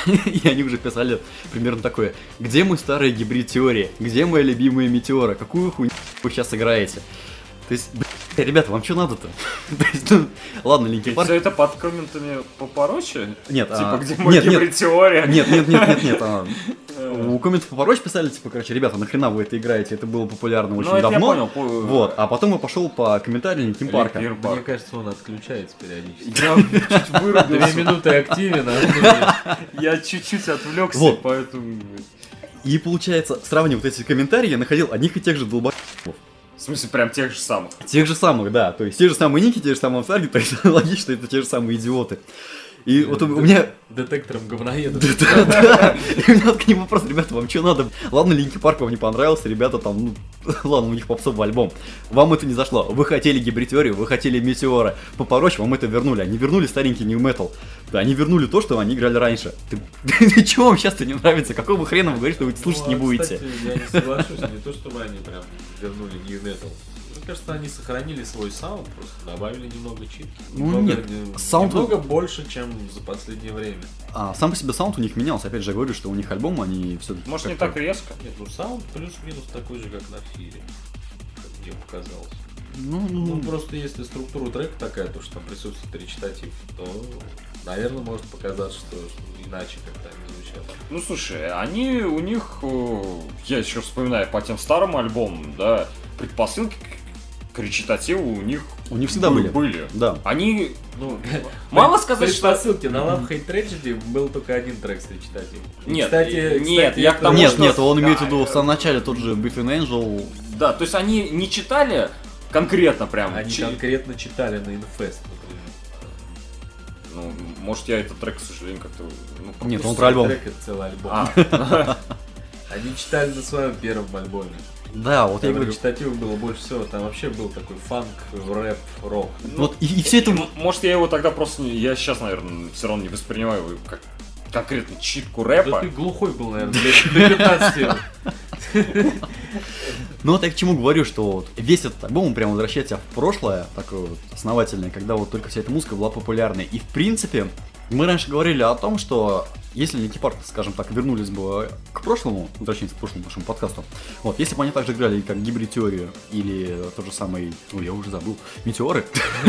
Speaker 1: И они уже писали примерно такое: где мой старый гибрид-теория? Где моя любимая Метеора? Какую хуйню вы сейчас играете? То есть, ребята, вам что надо-то? То есть, ладно, Линкин Парк...
Speaker 3: Все это под комментами попороче?
Speaker 1: Нет,
Speaker 3: типа, где мой гибрид-теория?
Speaker 1: Нет. У комментов попороче писали, типа, короче, ребята, нахрена вы это играете? Это было популярно очень давно.
Speaker 3: Я понял.
Speaker 1: Вот, а потом я пошел по комментариям Линкин Парка.
Speaker 2: Мне кажется, он отключается периодически. Я чуть вырубился. 2 минуты активен,
Speaker 3: я чуть-чуть отвлекся, поэтому...
Speaker 1: И получается, сравнивая вот эти комментарии, я находил одних и тех же долбоебов.
Speaker 3: В смысле, прям тех же самых?
Speaker 1: Тех же самых, да. То есть те же самые ники, те же самые флаги, то есть логично, что это те же самые идиоты. И вот у меня...
Speaker 2: Детектором говноедов.
Speaker 1: Да. И у меня к ним вопрос: ребята, вам что надо? Ладно, Линкин Парк вам не понравился, ребята, там, ладно, у них попсовый альбом. Вам это не зашло. Вы хотели гибрид-теорию, вы хотели Метеора. Попороче, вам это вернули. Они вернули старенький New Metal. Да, они вернули то, что они играли раньше. Ты чего вам сейчас-то не нравится? Какого хрена вы говорите, что вы слушать не будете?
Speaker 2: Кстати, я не соглашусь, не то, чтобы они прям вернули New Metal. Мне кажется, они сохранили свой саунд, просто добавили немного читки. Немного больше, чем за последнее время.
Speaker 1: Сам по себе саунд у них менялся. Опять же, я говорю, что у них альбом, они все-таки...
Speaker 3: Может, не так резко?
Speaker 2: Нет, саунд плюс-минус такой же, как на Фире, как мне показалось. Просто если структура трека такая, то, что там присутствует речитатив, то, наверное, может показаться, что иначе как-то они звучат.
Speaker 3: Слушай, у них, я еще вспоминаю по тем старым альбомам, да, предпосылки к речитативу у них
Speaker 1: всегда были. Да.
Speaker 3: Они, мало сказать, что...
Speaker 2: Предпосылки на Love Hate Tragedy был только один трек с речитативом.
Speaker 3: Нет, я к тому, что...
Speaker 1: Нет, он имеет в виду в самом начале тот же Between Angel.
Speaker 3: Да, то есть они не читали конкретно прям.
Speaker 2: Они конкретно читали на Infest,
Speaker 3: например. Может, я этот трек, к сожалению, как-то...
Speaker 1: Нет, он про альбом.
Speaker 2: Трек — это целый альбом. Они читали на своем первом альбоме.
Speaker 1: Да, вот я говорю.
Speaker 2: Речитатива было больше всего, там вообще был такой фанк, рэп, рок.
Speaker 1: Вот и все это...
Speaker 3: Может, я его тогда просто... Я сейчас, наверное, все равно не воспринимаю его как конкретно читку рэпа.
Speaker 2: Да ты глухой был, наверное, до 15 лет.
Speaker 1: Вот я к чему говорю, что вот весь этот альбом, он прям возвращает тебя в прошлое, такое вот основательное, когда вот только вся эта музыка была популярной. И в принципе, мы раньше говорили о том, что если Линкин Парк, скажем так, вернулись бы к прошлому, точнее, к прошлому нашему подкасту, вот, если бы они также играли как гибрид-теорию или тот же самый, я уже забыл, Метеоры.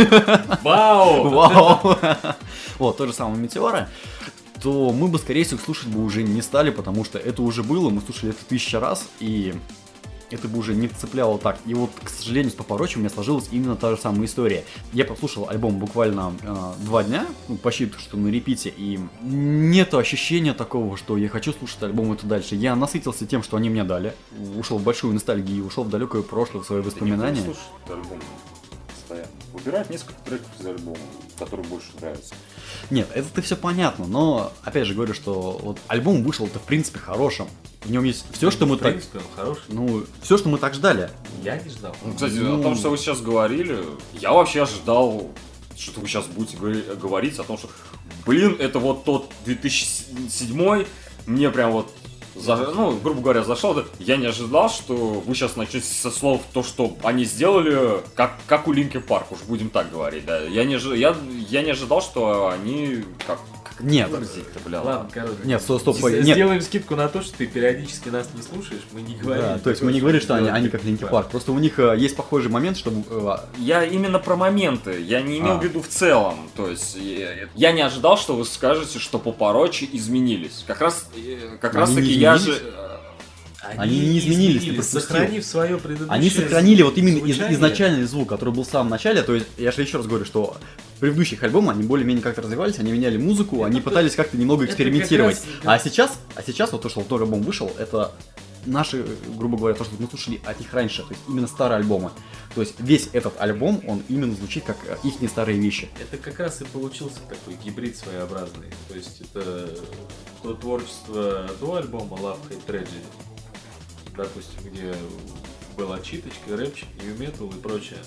Speaker 2: Вау!
Speaker 1: Вот, тот же самый Метеоры, то мы бы, скорее всего, слушать бы уже не стали, потому что это уже было, мы слушали это 1000 раз, и это бы уже не цепляло так. И вот, к сожалению, с Попорочи у меня сложилась именно та же самая история. Я послушал альбом буквально 2 дня, почти что на репите, и нету ощущения такого, что я хочу слушать альбом это дальше. Я насытился тем, что они мне дали, ушел в большую ностальгию, ушел в далекое прошлое, в свои воспоминания.
Speaker 3: Слушай, альбом постоянно. Выбирать несколько треков из альбома, которые больше нравятся.
Speaker 1: Нет, это все понятно, но опять же говорю, что вот альбом вышел-то в принципе хорошим. В нем есть все, что мы так...
Speaker 2: В принципе, он хороший.
Speaker 1: Все, что мы так ждали.
Speaker 2: Я не ждал.
Speaker 3: Кстати, о том, что вы сейчас говорили, я вообще ожидал, что вы сейчас будете говорить о том, что, это вот тот 2007, мне прям вот, грубо говоря, зашел. Я не ожидал, что вы сейчас начнете со слов то, что они сделали, как у Линкин Парк, уж будем так говорить, да. Я не ожидал, что они
Speaker 1: Нет.
Speaker 2: Ладно, короче.
Speaker 1: Нет, стоп.
Speaker 2: Сделаем скидку на то, что ты периодически нас не слушаешь, мы не говорим.
Speaker 1: Да, то есть мы не говорим, что они как Линкин Парк. Просто у них есть похожий момент, чтобы...
Speaker 3: Я именно про моменты, я не имел в виду в целом. То есть я не ожидал, что вы скажете, что Попорочи изменились. Как раз таки я же...
Speaker 1: Они не изменились,
Speaker 2: сохранив свое предыдущее.
Speaker 1: Они сохранили вот именно изначальный звук, который был в самом начале. То есть я же еще раз говорю, что в предыдущих альбомах они более-менее как-то развивались, они меняли музыку, они пытались как-то немного экспериментировать. А сейчас вот то, что второй альбом вышел, это наши, грубо говоря, то, что мы слушали от них раньше, то есть именно старые альбомы. То есть весь этот альбом, он именно звучит как их не старые вещи.
Speaker 2: Это как раз и получился такой гибрид своеобразный. То есть это то творчество до альбома Love Hate Tragedy, допустим, где была читочка, рэпчик, New Metal и прочее.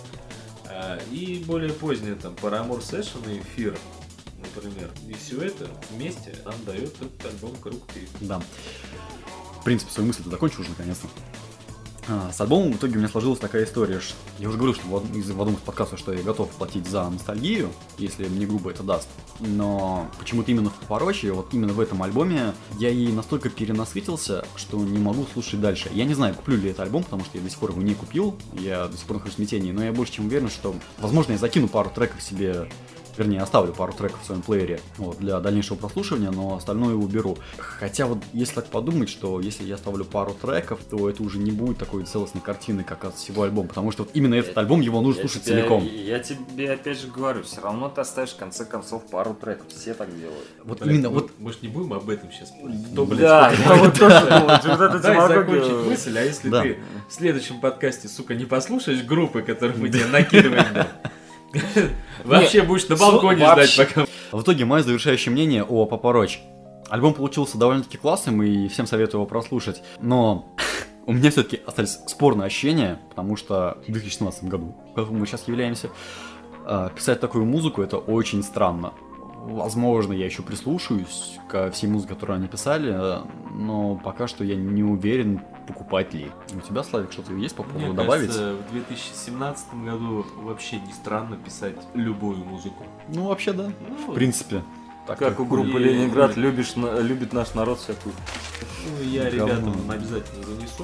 Speaker 2: И более позднее там Paramore Session и Fear, например. И все это вместе нам дает этот альбом Круг Ты.
Speaker 1: Да. В принципе, свою мысль ты закончил уже наконец-то. С альбомом в итоге у меня сложилась такая история, что я уже говорил, что в одном из подкастов, что я готов платить за ностальгию, если мне грубо это даст. Но почему-то именно в «Папорочи», вот именно в этом альбоме, я ей настолько перенасытился, что не могу слушать дальше. Я не знаю, куплю ли этот альбом, потому что я до сих пор его не купил, я до сих пор нахожусь в смятении, но я больше чем уверен, что, возможно, я закину пару треков себе. Вернее, оставлю пару треков в своем плеере вот, для дальнейшего прослушивания, но остальное уберу. Хотя вот, если так подумать, что если я оставлю пару треков, то это уже не будет такой целостной картины, как от всего альбома, потому что вот именно этот альбом, его нужно слушать целиком.
Speaker 3: Я тебе опять же говорю, все равно ты оставишь в конце концов пару треков, все так делают.
Speaker 1: Вот именно вот...
Speaker 2: Мы ж не будем об этом сейчас спорить.
Speaker 3: Да, я вот тоже думал, вот это
Speaker 2: Дай закончить мысль, а если ты в следующем подкасте, сука, не послушаешь группы, которые мы тебе накидываем, вообще будешь на балконе ждать, пока...
Speaker 1: В итоге, мое завершающее мнение о «Папорочи». Альбом получился довольно-таки классным, и всем советую его прослушать. Но у меня все-таки остались спорные ощущения, потому что в 2017 году, в котором мы сейчас являемся, писать такую музыку — это очень странно. Возможно, я еще прислушаюсь ко всей музыке, которую они писали, но пока что я не уверен, покупать ли. У тебя, Славик, что-то есть по поводу добавить?
Speaker 2: Мне кажется, в 2017 году вообще не странно писать любую музыку.
Speaker 1: Ну, вообще, да. В принципе.
Speaker 3: Так как у группы «Ленинград» любит наш народ всякую.
Speaker 2: Ну, я ребятам обязательно занесу.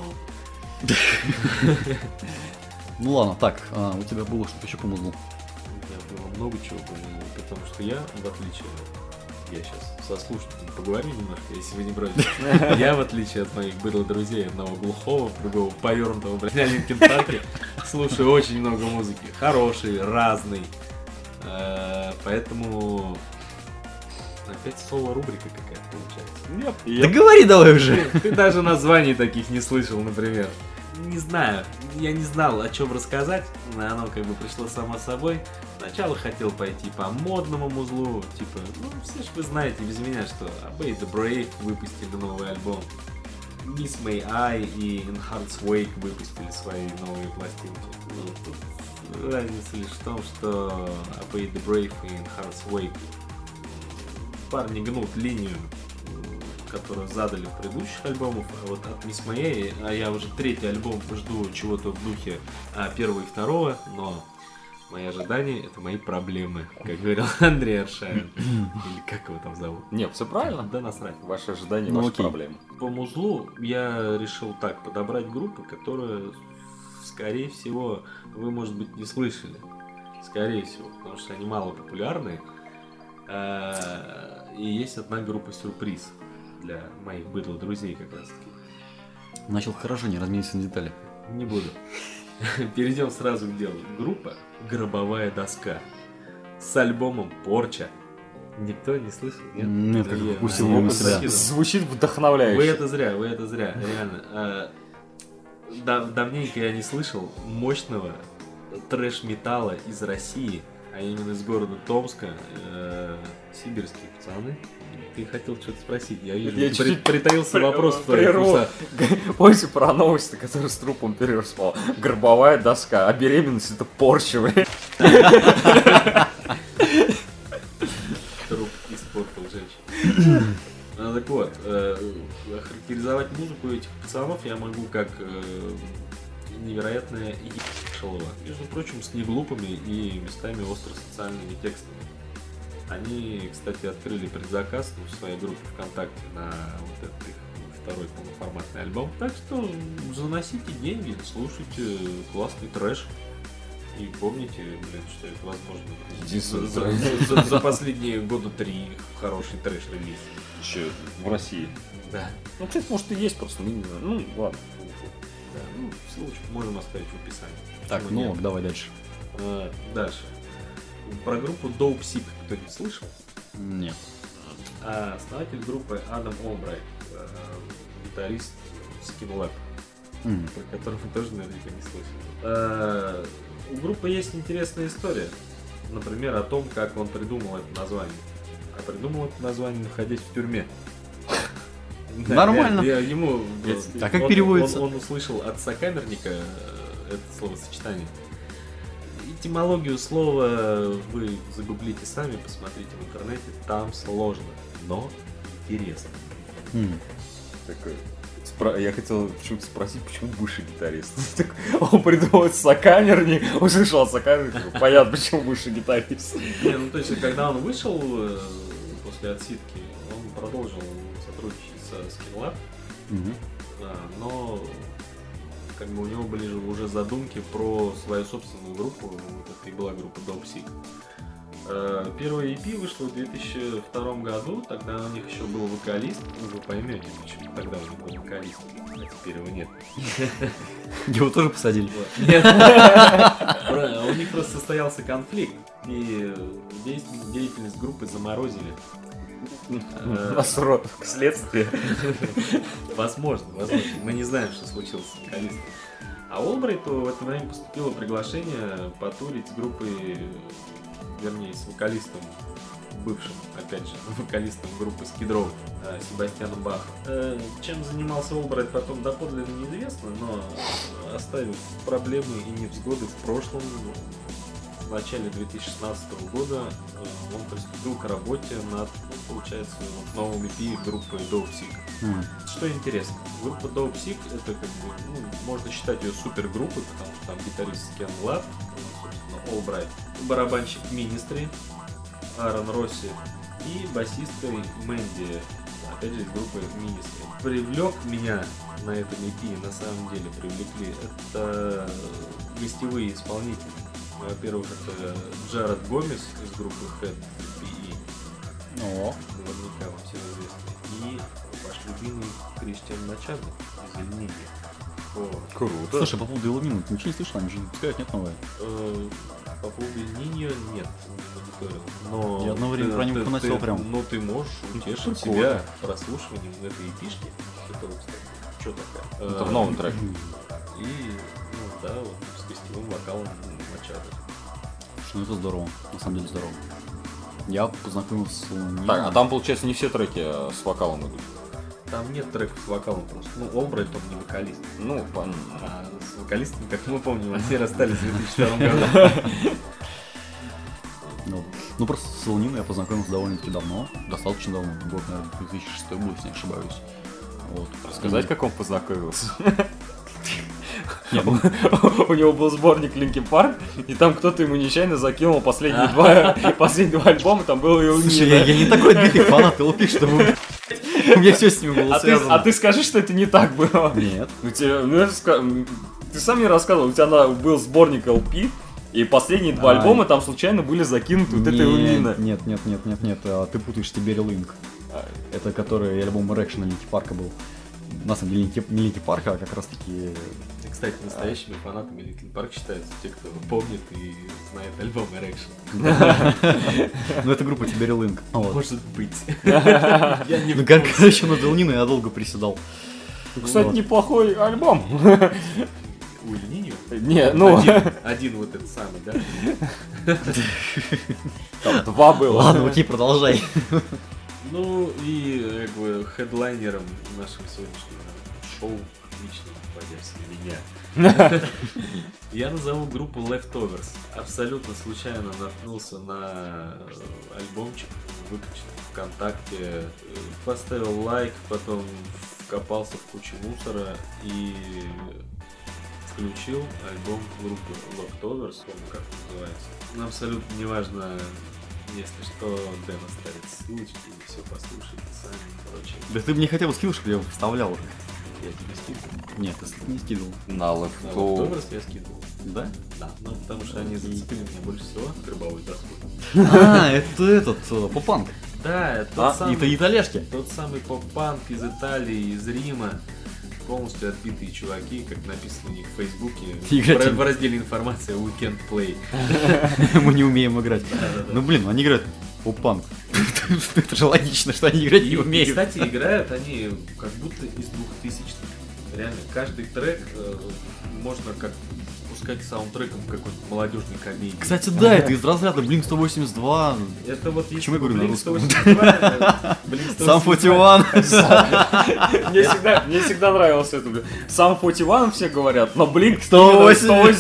Speaker 1: Ну ладно, так, у тебя было что-то еще по музлу?
Speaker 2: У меня было много чего по музлу, потому что я, в отличие... Я сейчас со слушателями поговорю немножко, если вы не против. Я, в отличие от моих быдлых друзей, одного глухого, другого повернутого, блядь, на Линкин Парке, слушаю очень много музыки. Хорошей, разной. Поэтому... Опять соло-рубрика какая-то получается.
Speaker 1: Да говори давай уже!
Speaker 2: Ты даже названий таких не слышал, например. Не знаю, я не знал, о чем рассказать, но оно как бы пришло само собой. Сначала хотел пойти по модному музлу, типа, ну, все ж вы знаете без меня, что Obey the Brave выпустили новый альбом, Miss May I и In Heart's Wake выпустили свои новые пластинки. Ну, тут разница лишь в том, что Obey the Brave и In Heart's Wake парни гнут линию, которую задали в предыдущих альбомах, а вот от Miss May, а я уже третий альбом жду чего-то в духе первого и второго, но мои ожидания — это мои проблемы, как говорил Андрей Аршавин. Или как его там зовут?
Speaker 3: Не, все правильно.
Speaker 2: Да насрать.
Speaker 3: Ваши ожидания, ваши проблемы.
Speaker 2: По музлу я решил так подобрать группы, которые, скорее всего, вы, может быть, не слышали. Скорее всего, потому что они мало популярны. И есть одна группа сюрприз для моих быдлых друзей как раз таки.
Speaker 1: Начал хорошо, не размениться на детали.
Speaker 2: Не буду. Перейдем сразу к делу. Группа «Гробовая доска» с альбомом «Порча». Никто не слышал? Нет?
Speaker 1: Нет, как вкусил его на себя.
Speaker 3: Звучит вдохновляюще.
Speaker 2: Вы это зря, реально. Давненько я не слышал мощного трэш-металла из России, а именно из города Томска, сибирские пацаны. Ты хотел что-то спросить, я вижу.
Speaker 3: Я чуть-чуть
Speaker 2: притаился вопрос в твоих устах.
Speaker 3: Помните про новости, которые с трупом переросла? Гробовая доска, а беременность — это порчевая.
Speaker 2: Труп испортил женщину. Так вот, охарактеризовать музыку этих пацанов я могу как невероятное ебашилово. Между прочим, с неглупыми и местами остро-социальными текстами. Они, кстати, открыли предзаказ в своей группе ВКонтакте на вот этот их второй полноформатный альбом. Так что заносите деньги, слушайте классный трэш. И помните, что это возможно за последние года 3 хороший трэш-релиз.
Speaker 3: Еще в России.
Speaker 2: Да.
Speaker 3: Ну, кстати, может и есть, просто не знаю. Ну, ладно.
Speaker 2: Да, ну, ссылочку можем оставить в описании.
Speaker 1: Так, ну, давай дальше.
Speaker 2: Дальше. Про группу Dope Sick кто-нибудь слышал?
Speaker 1: Нет.
Speaker 2: Основатель группы Адам Олбрайт, гитарист Skin Lab, про которого тоже наверняка не слышал. У группы есть интересная история. Например, о том, как он придумал это название. А придумал это название, находясь в тюрьме.
Speaker 1: Нормально.
Speaker 2: Ему,
Speaker 1: а как переводится?
Speaker 2: Он услышал от сокамерника это словосочетание. Этимологию слова вы загуглите сами, посмотрите в интернете, там сложно, но интересно.
Speaker 3: Такой Я хотел почему-то спросить, почему бывший гитарист? Так, он придумал сокамерник, услышал сокамерник, понятно, почему бывший гитарист.
Speaker 2: Не, ну то есть, когда он вышел после отсидки, он продолжил сотрудничать со Skinlab, но как бы у него были уже задумки про свою собственную группу, вот это и была группа Dope Sick. Первая EP вышла в 2002 году, тогда у них еще был вокалист, вы поймете, почему тогда у них был вокалист, а теперь его нет.
Speaker 1: Его тоже посадили?
Speaker 2: Нет, у них просто состоялся конфликт, и деятельность группы заморозили.
Speaker 3: На срок следствия.
Speaker 2: Возможно. Мы не знаем, что случилось с вокалистом. А Олбрайту в это время поступило приглашение потурить с группой, вернее, с вокалистом, бывшим, опять же, вокалистом группы Skid Row, Себастьяном Бахом. Чем занимался Олбрайт, потом доподлинно неизвестно, но оставив проблемы и невзгоды в прошлом, в начале 2016 года он приступил к работе над, получается, новым EP группы Dope Sick. Что интересно, группа Dope Sick это как бы, можно считать ее супергруппой, потому что там гитарист Кен Лад, собственно, Олбрайт, барабанщик Ministry, Аарон Росси и басистка Мэнди, опять же из группы Ministry. Привлек меня на этом EP, на самом деле привлекли, это гостевые исполнители. Во-первых, это Джаред Гомес из группы Head PE. Наверняка вам всем известный. И ваш любимый Кристиан Мачадо из Иллюмини.
Speaker 3: Круто.
Speaker 1: Слушай, по поводу Иллюмини, ты ничего не слышал? Они же выпускают, нет, новое?
Speaker 2: По поводу Иллюмини нет, не мониторил. Но
Speaker 1: я одно время про него поносил прям.
Speaker 2: Ну ты можешь утешить себя прослушиванием этой эпишки. Что такое?
Speaker 3: Это в новом треке.
Speaker 2: И, да, вот с гостевым вокалом Мачадо.
Speaker 1: Ну это здорово, на самом деле здорово. Я познакомился с Иллюмини.
Speaker 3: Так, а там, получается, не все треки с вокалом идут.
Speaker 2: Там нет треков с вокалом просто. Олбрайт, он не вокалист.
Speaker 3: Ну, понятно.
Speaker 2: А с вокалистом, как мы помним, они расстались в 2002 году.
Speaker 1: Ну просто с Иллюмини я познакомился довольно-таки давно. Достаточно давно. Год, наверное, 2006 был, если не ошибаюсь. Вот.
Speaker 3: Рассказать, как он познакомился?
Speaker 1: Нет,
Speaker 3: у него был сборник Linkin Park, и там кто-то ему нечаянно закинул последние два альбома, там было и у
Speaker 1: слушай, я не такой отбитый фанат ЛП, чтобы у меня все с ним было связано.
Speaker 3: А ты скажи, что это не так было.
Speaker 1: Нет.
Speaker 3: Ты сам мне рассказывал, у тебя был сборник LP, и последние два альбома там случайно были закинуты вот этой Лунина.
Speaker 1: Нет, ты путаешь Тибери Линк. Это который альбом Erection Линки Парка был. На самом деле не Линки Парка, а как раз таки...
Speaker 2: Кстати, настоящими фанатами Linkin Park считаются те, кто помнит и знает альбом Erection.
Speaker 1: Ну это группа Тибери Линк.
Speaker 2: Может быть.
Speaker 1: Ну короче, над Иллюмини я долго приседал.
Speaker 3: Кстати, неплохой альбом.
Speaker 2: У Иллюмини?
Speaker 3: Не, ну...
Speaker 2: Один вот этот самый, да?
Speaker 3: Там два было.
Speaker 1: Ладно, окей, продолжай.
Speaker 2: Ну и как бы хедлайнером нашего сегодняшнего шоу, отлично подвязся меня. Я назову группу Leftovers. Абсолютно случайно наткнулся на альбомчик, выключенный ВКонтакте. Поставил лайк, потом вкопался в кучу мусора и включил альбом группы Leftovers, как он называется. Ну, абсолютно неважно. Если что, Дэн оставит ссылочки, и все послушайте сами и прочее.
Speaker 1: Да ты мне хотя бы скинул, чтобы я его вставлял уже.
Speaker 2: Я тебе скидывал.
Speaker 1: Нет, ты не скидывал.
Speaker 3: На
Speaker 2: Leftovers я скидывал.
Speaker 1: Да?
Speaker 2: Да, ну потому что они зацепили меня больше всего, гробовой доску.
Speaker 1: А, это этот, поп-панк.
Speaker 2: Да, тот самый...
Speaker 1: Это итальяшки.
Speaker 2: Тот самый поп-панк из Италии, из Рима. Полностью отбитые чуваки, как написано у них в Фейсбуке, в разделе информация We Can't Play.
Speaker 1: Мы не умеем играть. Ну блин, они играют поп-панк. Это же логично, что они играть не умеют.
Speaker 2: Кстати, играют они как будто из 2000-х. Реально, каждый трек можно как пускать саундтреком какой-нибудь молодежной комедии.
Speaker 1: Кстати, да, это из разряда Blink 182.
Speaker 2: Это вот
Speaker 1: почему я говорю на
Speaker 2: Blink
Speaker 1: русском?
Speaker 2: 182,
Speaker 1: Сам 41.
Speaker 3: Мне всегда нравилось это. Сам 41 все говорят, но Blink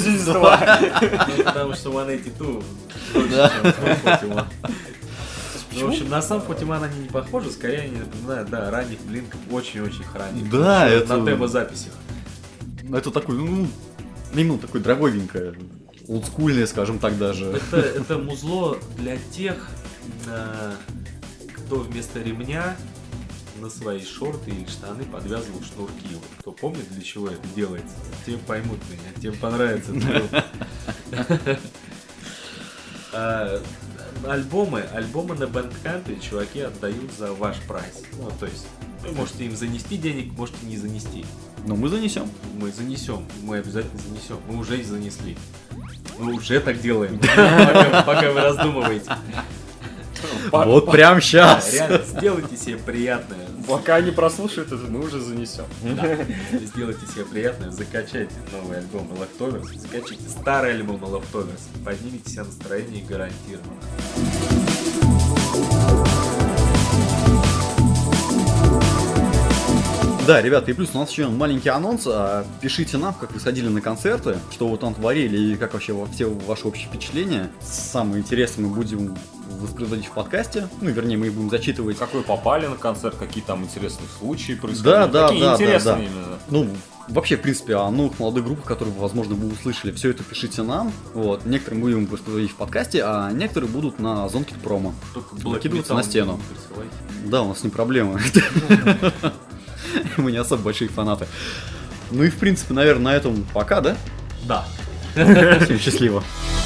Speaker 2: 182. Ну, потому что 182 больше, чем 41. Ну, в общем, на сам Фотиман они не похожи, скорее они напоминают, да, ранних блинков, очень-очень ранних.
Speaker 1: Да,
Speaker 2: еще
Speaker 1: это...
Speaker 2: на демо-записях.
Speaker 1: Это такой, ну, именно такой дорогенькое, олдскульное, скажем так даже.
Speaker 2: Это музло для тех, кто вместо ремня на свои шорты или штаны подвязывал шнурки. Вот кто помнит, для чего это делается, тем поймут меня, тем понравится. Альбомы на Bandcamp чуваки отдают за ваш прайс. Ну, то есть, вы можете им занести денег, можете не занести.
Speaker 1: Но мы занесем.
Speaker 2: Мы занесем, мы обязательно занесем. Мы уже и занесли. Мы уже так делаем, пока вы раздумываете.
Speaker 1: Вот прям сейчас.
Speaker 2: Реально, сделайте себе приятное.
Speaker 3: Пока они прослушают это, мы уже занесем.
Speaker 2: Да. Сделайте себе приятное, закачайте новый альбом Leftovers, закачайте старый альбом Leftovers, поднимите себе настроение гарантированно.
Speaker 1: Да, ребята, и плюс у нас еще маленький анонс. Пишите нам, как вы сходили на концерты, что вы там творили и как вообще все ваши общие впечатления. Самое интересное мы будем воспроизводить в подкасте. Ну, вернее, мы их будем зачитывать.
Speaker 3: Как вы попали на концерт, какие там интересные случаи происходили.
Speaker 1: Да,
Speaker 3: какие интересные именно.
Speaker 1: Ну, вообще, в принципе, о новых молодых группах, которые, возможно, вы услышали, все это пишите нам. Вот. Некоторые мы будем воспроизводить в подкасте, а некоторые будут на Zonkid промо. Выкидываться на стену. Да, у нас не проблема. Мы не особо большие фанаты. Ну и, в принципе, наверное, на этом пока, да?
Speaker 2: Да.
Speaker 1: Всем счастливо.